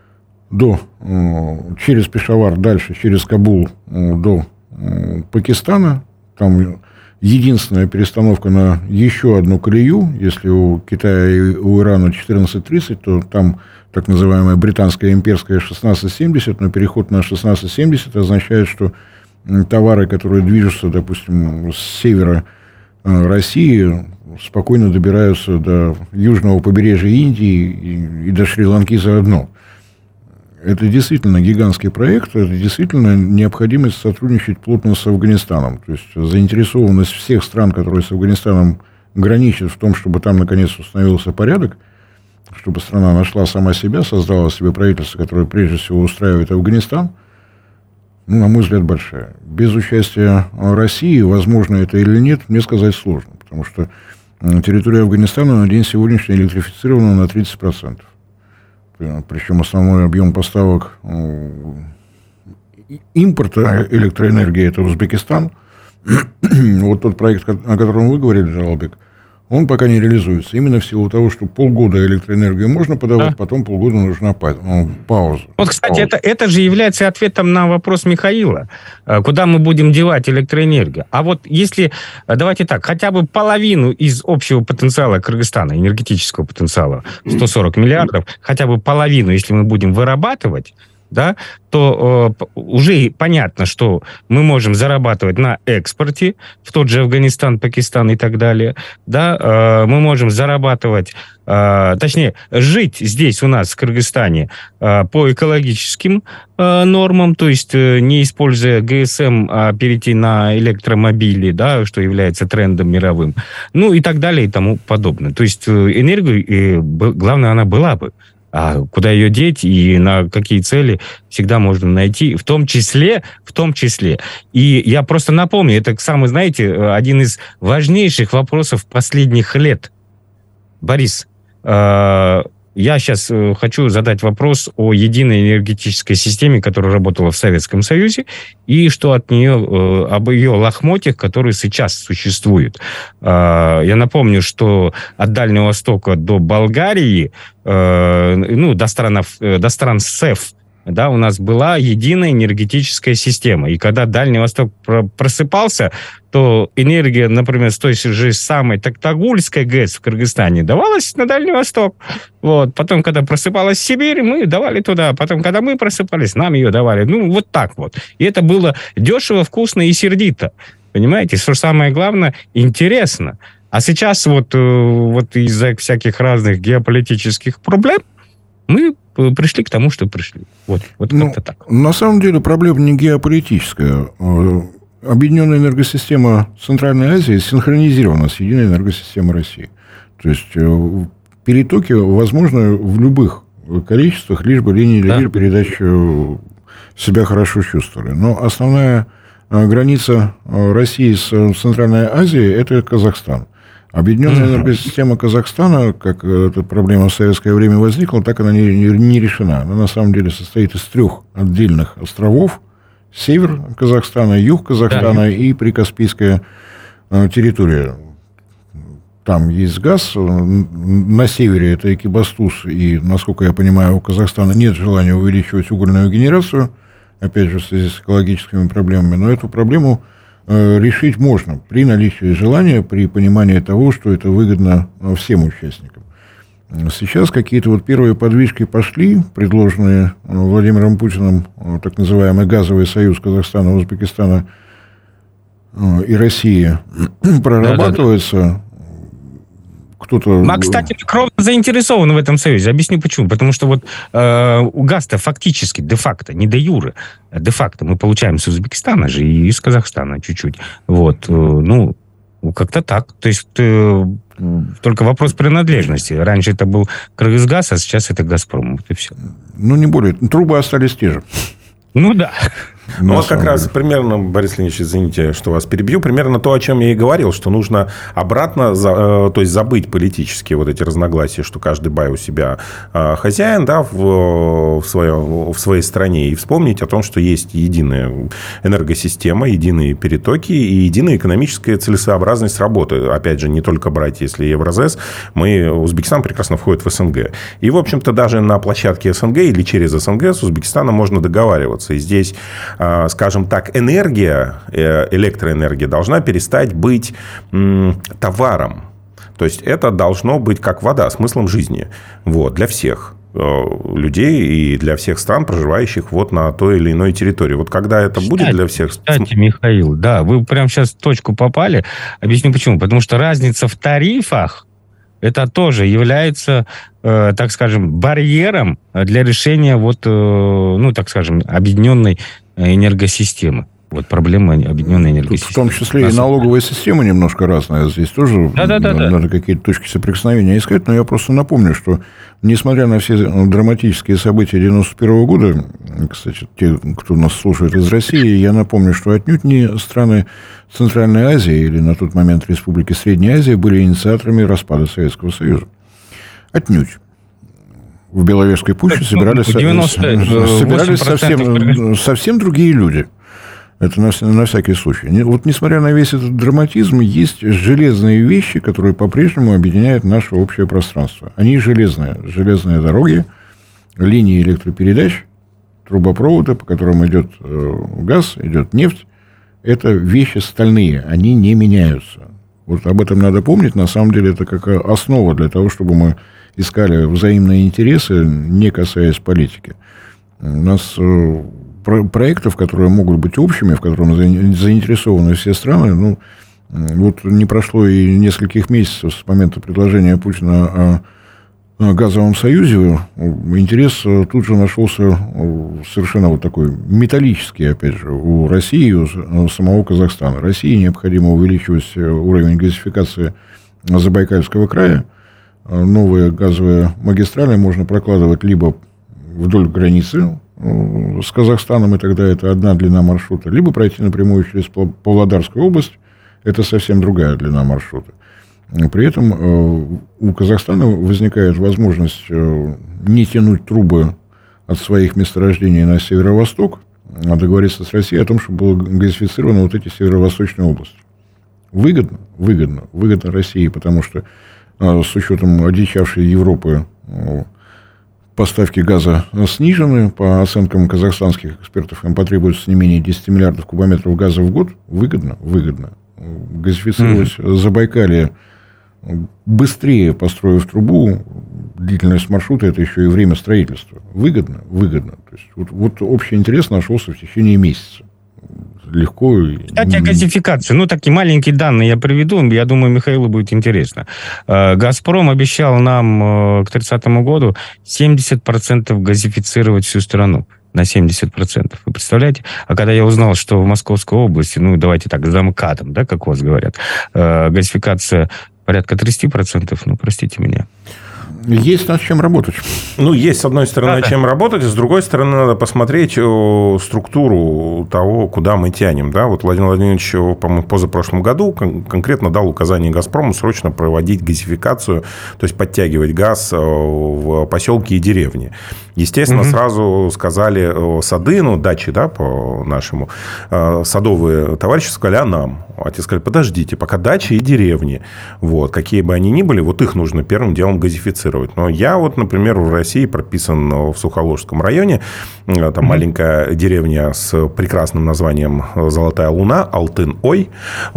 через Пешавар, дальше через Кабул до Пакистана. Там единственная перестановка на еще одну колею. Если у Китая и у Ирана 14.30, то там так называемая британская имперская 16.70, но переход на 16.70 означает, что товары, которые движутся, допустим, с севера России, спокойно добираются до южного побережья Индии и до Шри-Ланки заодно. Это действительно гигантский проект, это действительно необходимость сотрудничать плотно с Афганистаном. То есть заинтересованность всех стран, которые с Афганистаном граничат, в том, чтобы там наконец установился порядок, чтобы страна нашла сама себя, создала себе правительство, которое прежде всего устраивает Афганистан, на мой взгляд, большая. Без участия России, возможно это или нет, мне сказать сложно, потому что территория Афганистана на день сегодняшний электрифицирована на 30%. Причем основной объем поставок импорта электроэнергии – это Узбекистан. Вот тот проект, о котором вы говорили, Джалалбек, он пока не реализуется. Именно в силу того, что полгода электроэнергию можно подавать, потом полгода нужна пауза. Вот, кстати, это же является ответом на вопрос Михаила. Куда мы будем девать электроэнергию? А вот если, давайте так, хотя бы половину из общего потенциала Кыргызстана, энергетического потенциала, 140 миллиардов, хотя бы половину, если мы будем вырабатывать, да, то уже понятно, что мы можем зарабатывать на экспорте в тот же Афганистан, Пакистан и так далее, да, мы можем зарабатывать, точнее, жить здесь у нас в Кыргызстане по экологическим нормам, то есть не используя ГСМ, а перейти на электромобили, да, что является трендом мировым, ну и так далее и тому подобное. То есть энергию, главное, она была бы. А куда ее деть и на какие цели всегда можно найти, в том числе. И я просто напомню, это самый, знаете, один из важнейших вопросов последних лет. Борис, я сейчас хочу задать вопрос о единой энергетической системе, которая работала в Советском Союзе, и что от нее, об ее лохмотьях, которые сейчас существуют. Я напомню, что от Дальнего Востока до Болгарии, до стран СЭФ, да, у нас была единая энергетическая система. И когда Дальний Восток просыпался, то энергия, например, с той же самой Токтагульской ГЭС в Кыргызстане давалась на Дальний Восток. Вот. Потом, когда просыпалась Сибирь, мы давали туда. Потом, когда мы просыпались, нам ее давали. Ну, вот так вот. И это было дешево, вкусно и сердито. Понимаете? Что самое главное, интересно. А сейчас вот из-за всяких разных геополитических проблем мы пришли к тому, что пришли. Вот как-то так. На самом деле проблема не геополитическая. Объединенная энергосистема Центральной Азии синхронизирована с единой энергосистемой России. То есть перетоки возможны в любых количествах, лишь бы линии электропередач себя хорошо чувствовали. Но основная граница России с Центральной Азией – это Казахстан. Объединенная энергосистема Казахстана, как эта проблема в советское время возникла, так она не решена. Она на самом деле состоит из 3 отдельных островов. Север Казахстана, юг Казахстана и прикаспийская территория. Там есть газ. На севере это Экибастуз. И, насколько я понимаю, у Казахстана нет желания увеличивать угольную генерацию. Опять же, в связи с экологическими проблемами. Но эту проблему решить можно при наличии желания, при понимании того, что это выгодно всем участникам. Сейчас какие-то первые подвижки пошли, предложенные Владимиром Путиным, так называемый газовый союз Казахстана, Узбекистана и России, прорабатывается. Кто-то... Кстати, кровно заинтересован в этом союзе. Объясню почему. Потому что у ГАЗ-то фактически, де-факто, не де-юре, а де-факто мы получаем с Узбекистана же и из Казахстана чуть-чуть. Как-то так. То есть только вопрос принадлежности. Раньше это был Кыргызгаз, а сейчас это Газпром. Вот и все. Не более. Трубы остались те же. Да. Как раз примерно, Борис Леонидович, извините, что вас перебью, примерно то, о чем я и говорил, что нужно обратно, то есть забыть политические эти разногласия, что каждый бай у себя хозяин, да, в своей стране, и вспомнить о том, что есть единая энергосистема, единые перетоки и единая экономическая целесообразность работы. Опять же, не только брать, если Евразес, Узбекистан прекрасно входит в СНГ. И, в общем-то, даже на площадке СНГ или через СНГ с Узбекистаном можно договариваться. И здесь, скажем так, электроэнергия должна перестать быть товаром. То есть это должно быть как вода, смыслом жизни. Для всех людей и для всех стран, проживающих на той или иной территории. Когда это будет для всех... Кстати, Михаил, да, вы прямо сейчас в точку попали. Объясню почему. Потому что разница в тарифах это тоже является, так скажем, барьером для решения так скажем, объединенной энергосистемы. Проблема объединенной энергосистемы. В том числе и налоговая система немножко разная. Здесь тоже надо какие-то точки соприкосновения искать. Но я просто напомню, что несмотря на все драматические события 1991 года, кстати, те, кто нас слушает из России, я напомню, что отнюдь не страны Центральной Азии или на тот момент Республики Средней Азии были инициаторами распада Советского Союза. Отнюдь. В Беловежской пуще собирались совсем другие люди. Это на всякий случай. Несмотря на весь этот драматизм, есть железные вещи, которые по-прежнему объединяют наше общее пространство. Они железные. Железные дороги, линии электропередач, трубопроводы, по которым идет газ, идет нефть. Это вещи стальные, они не меняются. Об этом надо помнить. На самом деле, это как основа для того, чтобы мы искали взаимные интересы, не касаясь политики. У нас проектов, которые могут быть общими, в которых заинтересованы все страны, вот не прошло и нескольких месяцев с момента предложения Путина о газовом союзе, интерес тут же нашелся совершенно вот такой металлический, опять же, у России и у самого Казахстана. России необходимо увеличивать уровень газификации Забайкальского края. Новые газовые магистрали можно прокладывать либо вдоль границы с Казахстаном, и тогда это одна длина маршрута, либо пройти напрямую через Павлодарскую область, это совсем другая длина маршрута. При этом у Казахстана возникает возможность не тянуть трубы от своих месторождений на северо-восток, а договориться с Россией о том, чтобы было газифицировано вот эти северо-восточные области. Выгодно России, потому что с учетом одичавшей Европы поставки газа снижены. По оценкам казахстанских экспертов, им потребуется не менее 10 миллиардов кубометров газа в год. Выгодно. Газифицировать Забайкалье быстрее, построив трубу, длительность маршрута, это еще и время строительства. Выгодно. То есть, вот общий интерес нашелся в течение месяца. Легко. Кстати, о газификации. Такие маленькие данные я приведу. Я думаю, Михаилу будет интересно. «Газпром» обещал нам к 30 году 70% газифицировать всю страну. На 70%. Вы представляете? А когда я узнал, что в Московской области, давайте так, за МКАДом, да, как у вас говорят, газификация порядка 30%, простите меня. Есть над чем работать. Есть, с одной стороны, над чем работать, а с другой стороны, надо посмотреть структуру того, куда мы тянем. Да? Вот Владимир Владимирович, по-моему, в позапрошлом году конкретно дал указание «Газпрому» срочно проводить газификацию, то есть подтягивать газ в поселки и деревни. Естественно, сразу сказали сады, дачи, да, по-нашему, садовые товарищи сказали, а нам? А те сказали, подождите, пока дачи и деревни, какие бы они ни были, их нужно первым делом газифицировать. Но я например, в России прописан в Сухоложском районе, там маленькая деревня с прекрасным названием «Золотая луна», Алтын-Ой.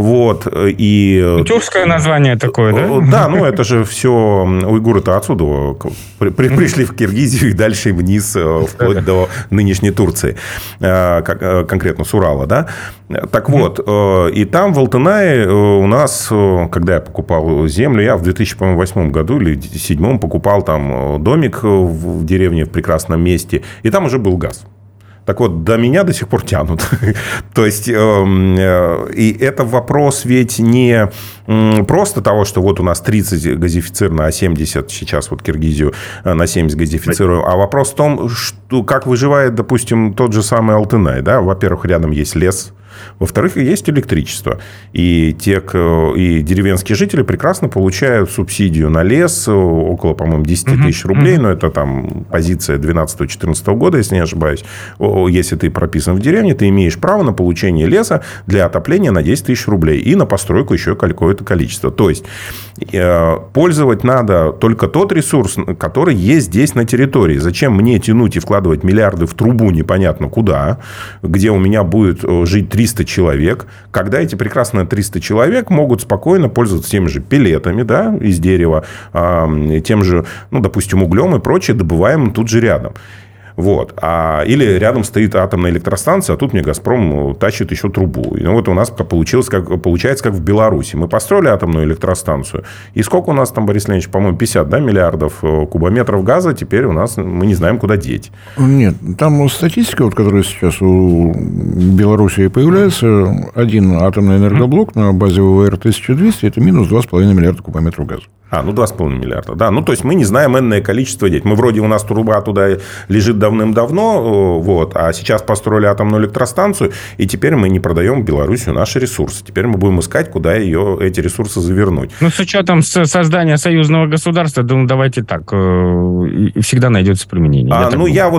И... Тюркское название такое, да? Да, это же все уйгуры-то отсюда пришли в Киргизию и дальше вниз, вплоть до нынешней Турции, конкретно с Урала, да? Так вот, и там в Алтынае у нас, когда я покупал землю, я в 2008 году или 2007 покупал там домик в деревне в прекрасном месте, и там уже был газ. Так вот, до меня до сих пор тянут. То есть, и это вопрос ведь не просто того, что у нас 30 газифицировано, а 70 сейчас Киргизию на 70 газифицируем, а вопрос в том, что, как выживает, допустим, тот же самый Алтынай. Да? Во-первых, рядом есть лес. Во-вторых, есть электричество. И деревенские жители прекрасно получают субсидию на лес около, по-моему, 10 тысяч рублей. Но это там позиция 2012-2014 года, если не ошибаюсь. Если ты прописан в деревне, ты имеешь право на получение леса для отопления на 10 тысяч рублей. И на постройку еще какое-то количество. То есть, пользовать надо только тот ресурс, который есть здесь на территории. Зачем мне тянуть и вкладывать миллиарды в трубу непонятно куда, где у меня будет жить 300 человек, когда эти прекрасные 300 человек могут спокойно пользоваться теми же пеллетами, да, из дерева, тем же, допустим, углем и прочее, добываемым тут же рядом. Или рядом стоит атомная электростанция, а тут мне «Газпром» тащит еще трубу. И у нас получается, как в Беларуси. Мы построили атомную электростанцию. И сколько у нас там, Борис Леонидович, по-моему, 50 миллиардов кубометров газа теперь у нас мы не знаем, куда деть. Нет, там статистика, которая сейчас у Беларуси появляется, один атомный энергоблок на базе ВВР-1200 это минус 2,5 миллиарда кубометров газа. 2,5 миллиарда, да. То есть, мы не знаем энное количество деть. У нас труба туда лежит давным-давно, а сейчас построили атомную электростанцию, и теперь мы не продаем в Белоруссию наши ресурсы. Теперь мы будем искать, куда эти ресурсы завернуть. С учетом создания союзного государства, давайте так, и всегда найдется применение. Я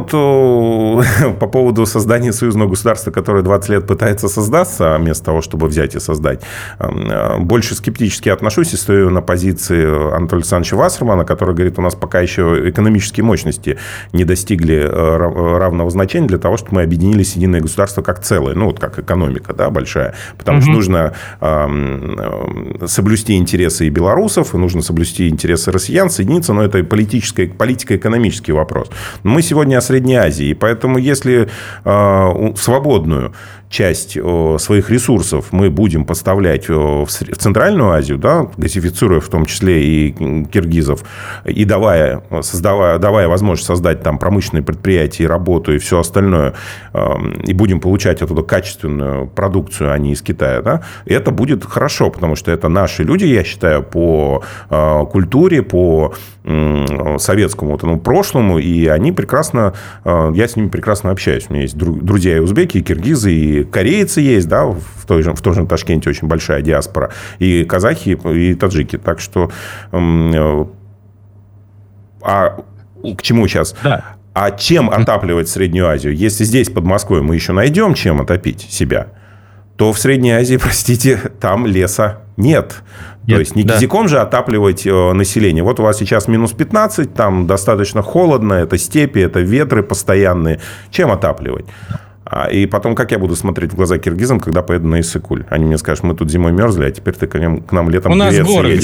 по поводу создания союзного государства, которое 20 лет пытается создаться, вместо того, чтобы взять и создать, больше скептически отношусь и стою на позиции Анатолия Александровича Вассермана, который говорит, у нас пока еще экономические мощности не достигли равного значения для того, чтобы мы объединились в единое государство как целое, ну, вот как экономика, да, большая. Потому что нужно соблюсти интересы и белорусов, и нужно соблюсти интересы россиян, соединиться, но это политико-экономический вопрос. Но мы сегодня о Средней Азии, и поэтому если свободную часть своих ресурсов мы будем поставлять в Центральную Азию, да, газифицируя в том числе и киргизов, и давая возможность создать там промышленные предприятия, и работу, и все остальное, и будем получать оттуда качественную продукцию, а не из Китая, да, это будет хорошо, потому что это наши люди, я считаю, по культуре, по советскому вот, прошлому, и они прекрасно, я с ними прекрасно общаюсь. У меня есть друзья и узбеки, и киргизы, и корейцы есть, да, в том же Ташкенте очень большая диаспора, и казахи, и таджики. Так что... к чему сейчас? Да. А чем отапливать Среднюю Азию? Если здесь, под Москвой, мы еще найдем, чем отопить себя, то в Средней Азии, простите, там леса нет. То есть не кизиком же отапливать население. Вот у вас сейчас минус 15, там достаточно холодно, это степи, это ветры постоянные. Чем отапливать? И потом, как я буду смотреть в глаза киргизам, когда поеду на Иссык-Куль? Они мне скажут, мы тут зимой мерзли, а теперь ты к нам летом греться едешь. У нас горы,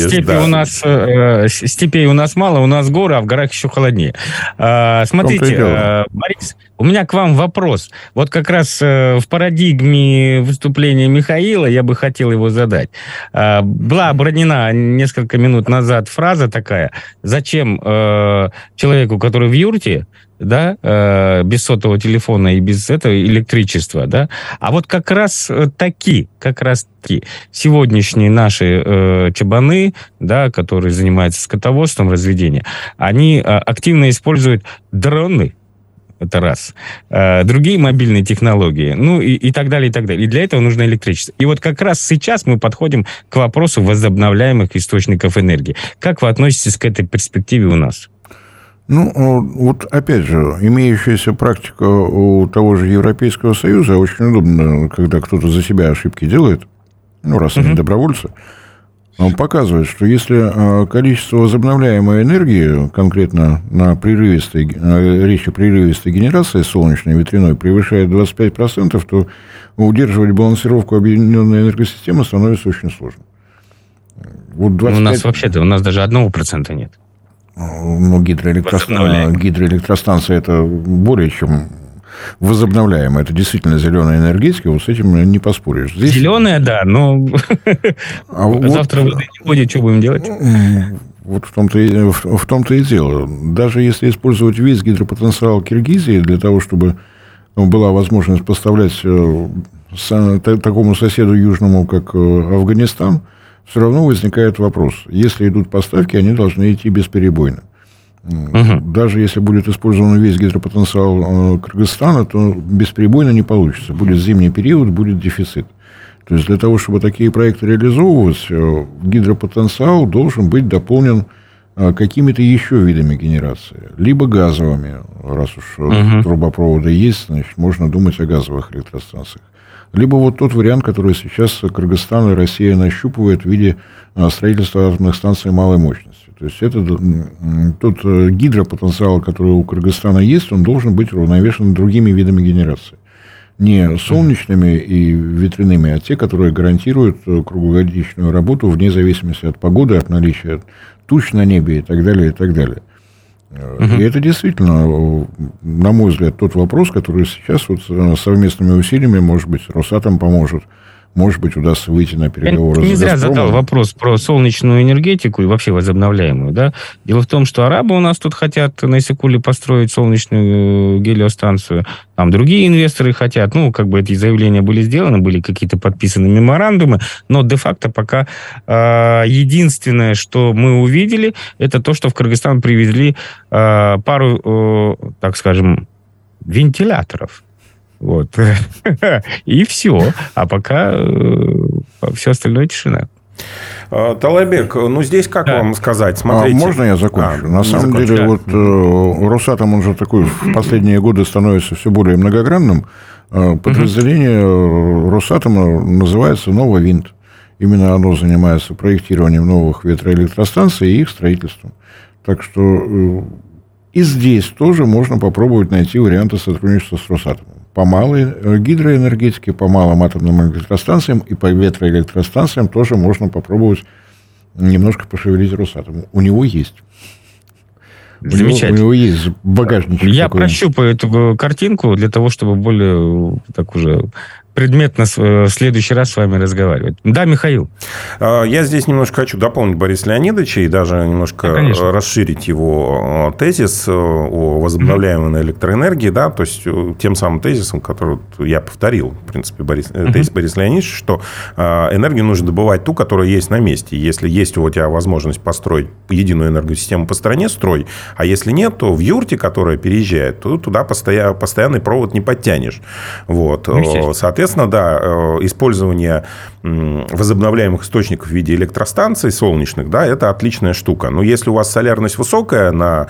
степей у нас мало, у нас горы, а в горах еще холоднее. Смотрите, Борис, у меня к вам вопрос. Вот как раз в парадигме выступления Михаила я бы хотел его задать. Была обронена несколько минут назад фраза такая: зачем человеку, который в юрте, да, без сотового телефона и без этого электричества, да, а вот как раз таки сегодняшние наши чабаны, да, которые занимаются скотоводством, разведением, они активно используют дроны. Это раз. Другие мобильные технологии, ну и так далее, и так далее. И для этого нужно электричество. И вот как раз сейчас мы подходим к вопросу возобновляемых источников энергии. Как вы относитесь к этой перспективе у нас? Ну, вот опять же, имеющаяся практика у того же Европейского Союза, очень удобно, когда кто-то за себя ошибки делает, ну, раз они добровольцы, он показывает, что если количество возобновляемой энергии, конкретно речь о прерывистой генерации солнечной и ветряной, превышает 25%, то удерживать балансировку объединенной энергосистемы становится очень сложно. Вот 25... У нас вообще-то, у нас даже 1% нет. Ну, гидроэлектростанция – это более чем возобновляемая. Это действительно зеленая энергетика, вот с этим не поспоришь. Здесь... Зеленая, да, но завтра воды не будет, что будем делать? Вот в том-то и дело. Даже если использовать весь гидропотенциал Киргизии для того, чтобы была возможность поставлять такому соседу южному, как Афганистан, все равно возникает вопрос. Если идут поставки, они должны идти бесперебойно. Даже если будет использован весь гидропотенциал Кыргызстана, то бесперебойно не получится. Будет зимний период, будет дефицит. То есть, для того, чтобы такие проекты реализовывать, гидропотенциал должен быть дополнен какими-то еще видами генерации. Либо газовыми. Раз уж трубопроводы есть, значит, можно думать о газовых электростанциях. Либо вот тот вариант, который сейчас Кыргызстан и Россия нащупывают в виде строительства атомных станций малой мощности. То есть, это тот гидропотенциал, который у Кыргызстана есть, он должен быть уравновешен другими видами генерации. Не солнечными и ветряными, а те, которые гарантируют круглогодичную работу вне зависимости от погоды, от наличия туч на небе и так далее, и так далее. И это действительно, на мой взгляд, тот вопрос, который сейчас вот совместными усилиями, может быть, Росатом поможет, может быть, удастся выйти на переговоры. Я не зря задал вопрос про солнечную энергетику и вообще возобновляемую. Да? Дело в том, что арабы у нас тут хотят на Иссык-Куле построить солнечную гелиостанцию. Там другие инвесторы хотят. Ну, как бы эти заявления были сделаны, были какие-то подписаны меморандумы. Но де-факто пока единственное, что мы увидели, это то, что в Кыргызстан привезли пару, так скажем, вентиляторов. Вот. И все. А пока все остальное тишина. Талайбек, ну здесь как вам сказать? Смотрите. Можно я закончу? На самом деле, вот Росатом, он же такой в последние годы становится все более многогранным. Подразделение Росатома называется «Нововинт». именно оно занимается проектированием новых ветроэлектростанций и их строительством. Так что и здесь тоже можно попробовать найти варианты сотрудничества с Росатомом. По малой гидроэнергетике, по малым атомным электростанциям и по ветроэлектростанциям тоже можно попробовать немножко пошевелить Росатом. У него есть. Замечательно. У него есть багажничек. Я прощупаю эту картинку для того, чтобы более так уже предметно в следующий раз с вами разговаривать. Да, Михаил? Я здесь немножко хочу дополнить Бориса Леонидовича и даже немножко расширить его тезис о возобновляемой электроэнергии, да, то есть тем самым тезисом, который я повторил, в принципе, тезис Бориса Леонидовича, что энергию нужно добывать ту, которая есть на месте. Если есть у тебя возможность построить единую энергосистему по стране, строй, а если нет, то в юрте, которая переезжает, то туда постоянный провод не подтянешь. Вот. Соответственно, да, использование возобновляемых источников в виде электростанций солнечных, да, это отличная штука. Но если у вас солярность высокая на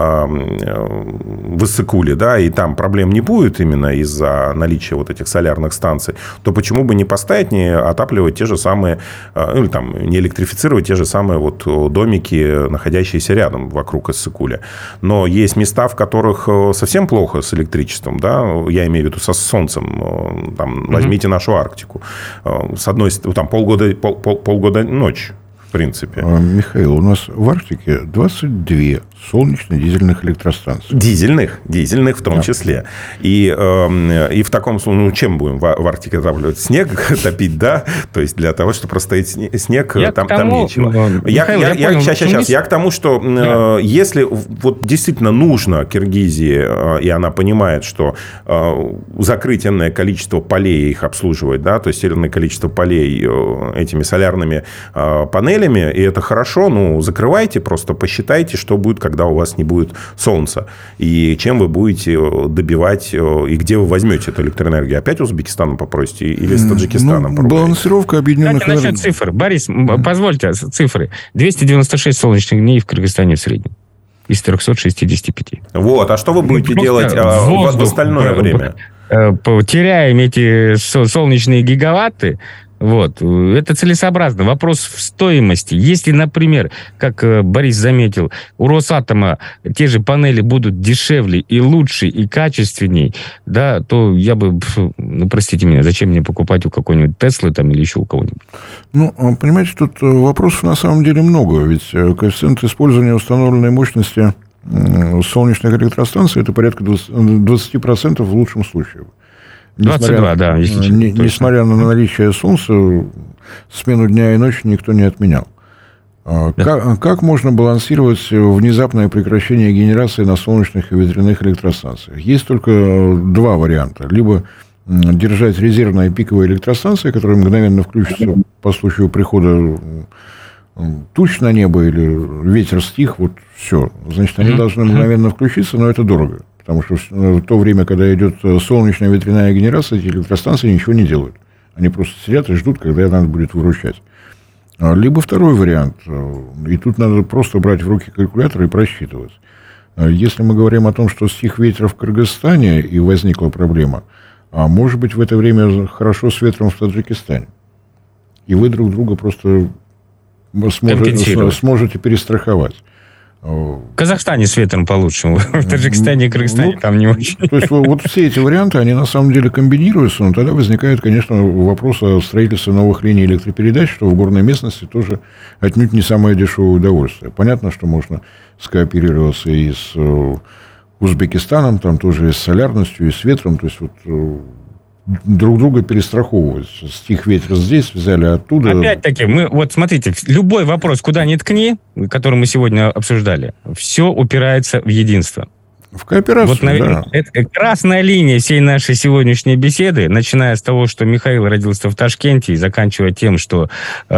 Высокуле, да, и там проблем не будет именно из-за наличия вот этих солярных станций, то почему бы не поставить, не отапливать те же самые, или там не электрифицировать те же самые вот домики, находящиеся рядом вокруг Иссыкуля. Но есть места, в которых совсем плохо с электричеством, да, я имею в виду со солнцем, там, возьмите нашу Арктику. С одной стороны, там полгода ночь, в принципе. Михаил, у нас в Арктике 22 солнечно-дизельных электростанций. Дизельных в том числе. И в таком случае, ну, чем будем в Арктике отапливать? Снег топить, да? То есть, для того, чтобы простоять снег, там нечего. Я к тому, что если вот действительно нужно Киргизии, и она понимает, что закрыть энное количество полей, их обслуживать, да, то есть, энное количество полей этими солярными панелями, и это хорошо, ну, закрывайте, просто посчитайте, что будет, когда у вас не будет солнца. И чем вы будете добивать, и где вы возьмете эту электроэнергию? Опять Узбекистаном попросите или с Таджикистаном? Балансировка объединенных... Насчет цифр. Борис, позвольте цифры. 226 солнечных дней в Кыргызстане в среднем. Из 365. Вот. А что вы будете делать в остальное время? Теряем эти солнечные гигаватты. Вот. Это целесообразно. Вопрос в стоимости. Если, например, как Борис заметил, у Росатома те же панели будут дешевле и лучше, и качественней, да, то я бы, ну, простите меня, зачем мне покупать у какой-нибудь Теслы там или еще у кого-нибудь? Ну, понимаете, тут вопросов на самом деле много. Ведь коэффициент использования установленной мощности солнечных электростанций это порядка 20% в лучшем случае. 22, да. Несмотря на наличие солнца, смену дня и ночи никто не отменял. Да. Как можно балансировать внезапное прекращение генерации на солнечных и ветряных электростанциях? Есть только два варианта. Либо держать резервные пиковые электростанции, которые мгновенно включатся по случаю прихода туч на небо или ветер стих, вот все. Значит, они должны мгновенно включиться, но это дорого. Потому что в то время, когда идет солнечная ветряная генерация, эти электростанции ничего не делают. Они просто сидят и ждут, когда надо будет выручать. Либо второй вариант. И тут надо просто брать в руки калькулятор и просчитывать. Если мы говорим о том, что стих ветра в Кыргызстане и возникла проблема, а может быть, в это время хорошо с ветром в Таджикистане. И вы друг друга просто сможете перестраховать. В Казахстане с ветром получше. В Таджикистане и Кыргызстане там не очень. То есть, вот все эти варианты, они на самом деле комбинируются, но тогда возникает, конечно, вопрос о строительстве новых линий электропередач, что в горной местности тоже отнюдь не самое дешевое удовольствие. Понятно, что можно скооперироваться и с Узбекистаном, там тоже и с солярностью, и с ветром, то есть, вот друг друга перестраховывать. Стих ветер здесь, взяли оттуда. Опять-таки, вот смотрите, любой вопрос, куда ни ткни, который мы сегодня обсуждали, все упирается в единство. В кооперацию, вот, наверное, да. Это красная линия всей нашей сегодняшней беседы, начиная с того, что Михаил родился в Ташкенте, и заканчивая тем, что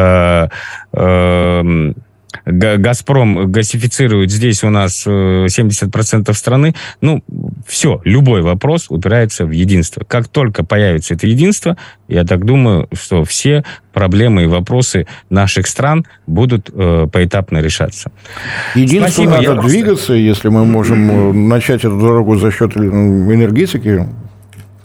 «Газпром» газифицирует здесь у нас 70% страны. Ну, все, любой вопрос упирается в единство. Как только появится это единство, я так думаю, что все проблемы и вопросы наших стран будут поэтапно решаться. Единство надо двигаться, если мы можем начать эту дорогу за счет энергетики.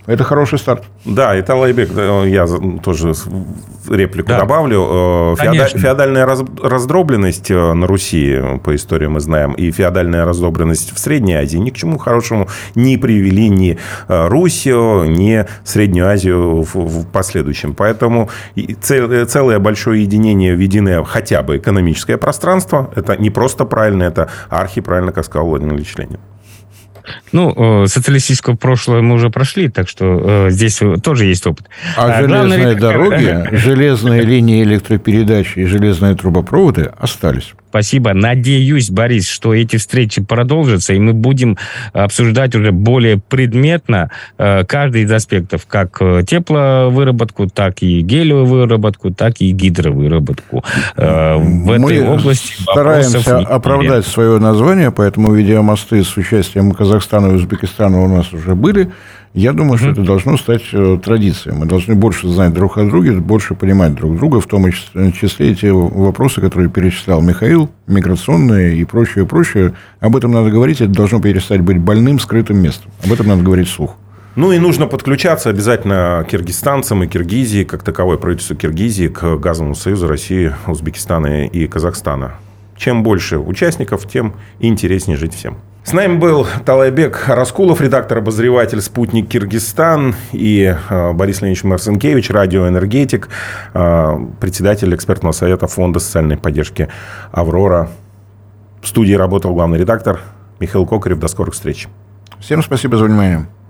Это хороший старт. Да, и Талайбек, я тоже реплику добавлю. Феодальная раздробленность на Руси, по истории мы знаем, и феодальная раздробленность в Средней Азии ни к чему хорошему не привели ни Руссию, ни Среднюю Азию в последующем. Поэтому целое большое единение в единое хотя бы экономическое пространство, это не просто правильно, это архиправильно, как сказал Владимир Ильич Ленин. Ну, социалистическое прошлое мы уже прошли, так что здесь тоже есть опыт. А железные дороги, железные линии электропередачи и железные трубопроводы остались. Спасибо. Надеюсь, Борис, что эти встречи продолжатся, и мы будем обсуждать уже более предметно каждый из аспектов, как тепловыработку, так и гелевую выработку, так и гидровыработку. В этой области стараемся оправдать свое название, поэтому видеомосты с участием Казахстана и Узбекистана у нас уже были. Я думаю, что это должно стать традицией. Мы должны больше знать друг о друге, больше понимать друг друга, в том числе и те вопросы, которые перечислял Михаил, миграционные и прочее, прочее. Об этом надо говорить, это должно перестать быть больным, скрытым местом. Об этом надо говорить вслух. Ну и нужно подключаться обязательно киргизстанцам и Киргизии, как таковой правительству Киргизии, к газовому союзу России, Узбекистана и Казахстана. Чем больше участников, тем интереснее жить всем. С нами был Талайбек Раскулов, редактор-обозреватель «Спутник Киргизстан», и Борис Леонидович Марцинкевич, радиоэнергетик, председатель экспертного совета Фонда социальной поддержки «Аврора». В студии работал главный редактор Михаил Кокарев. До скорых встреч. Всем спасибо за внимание.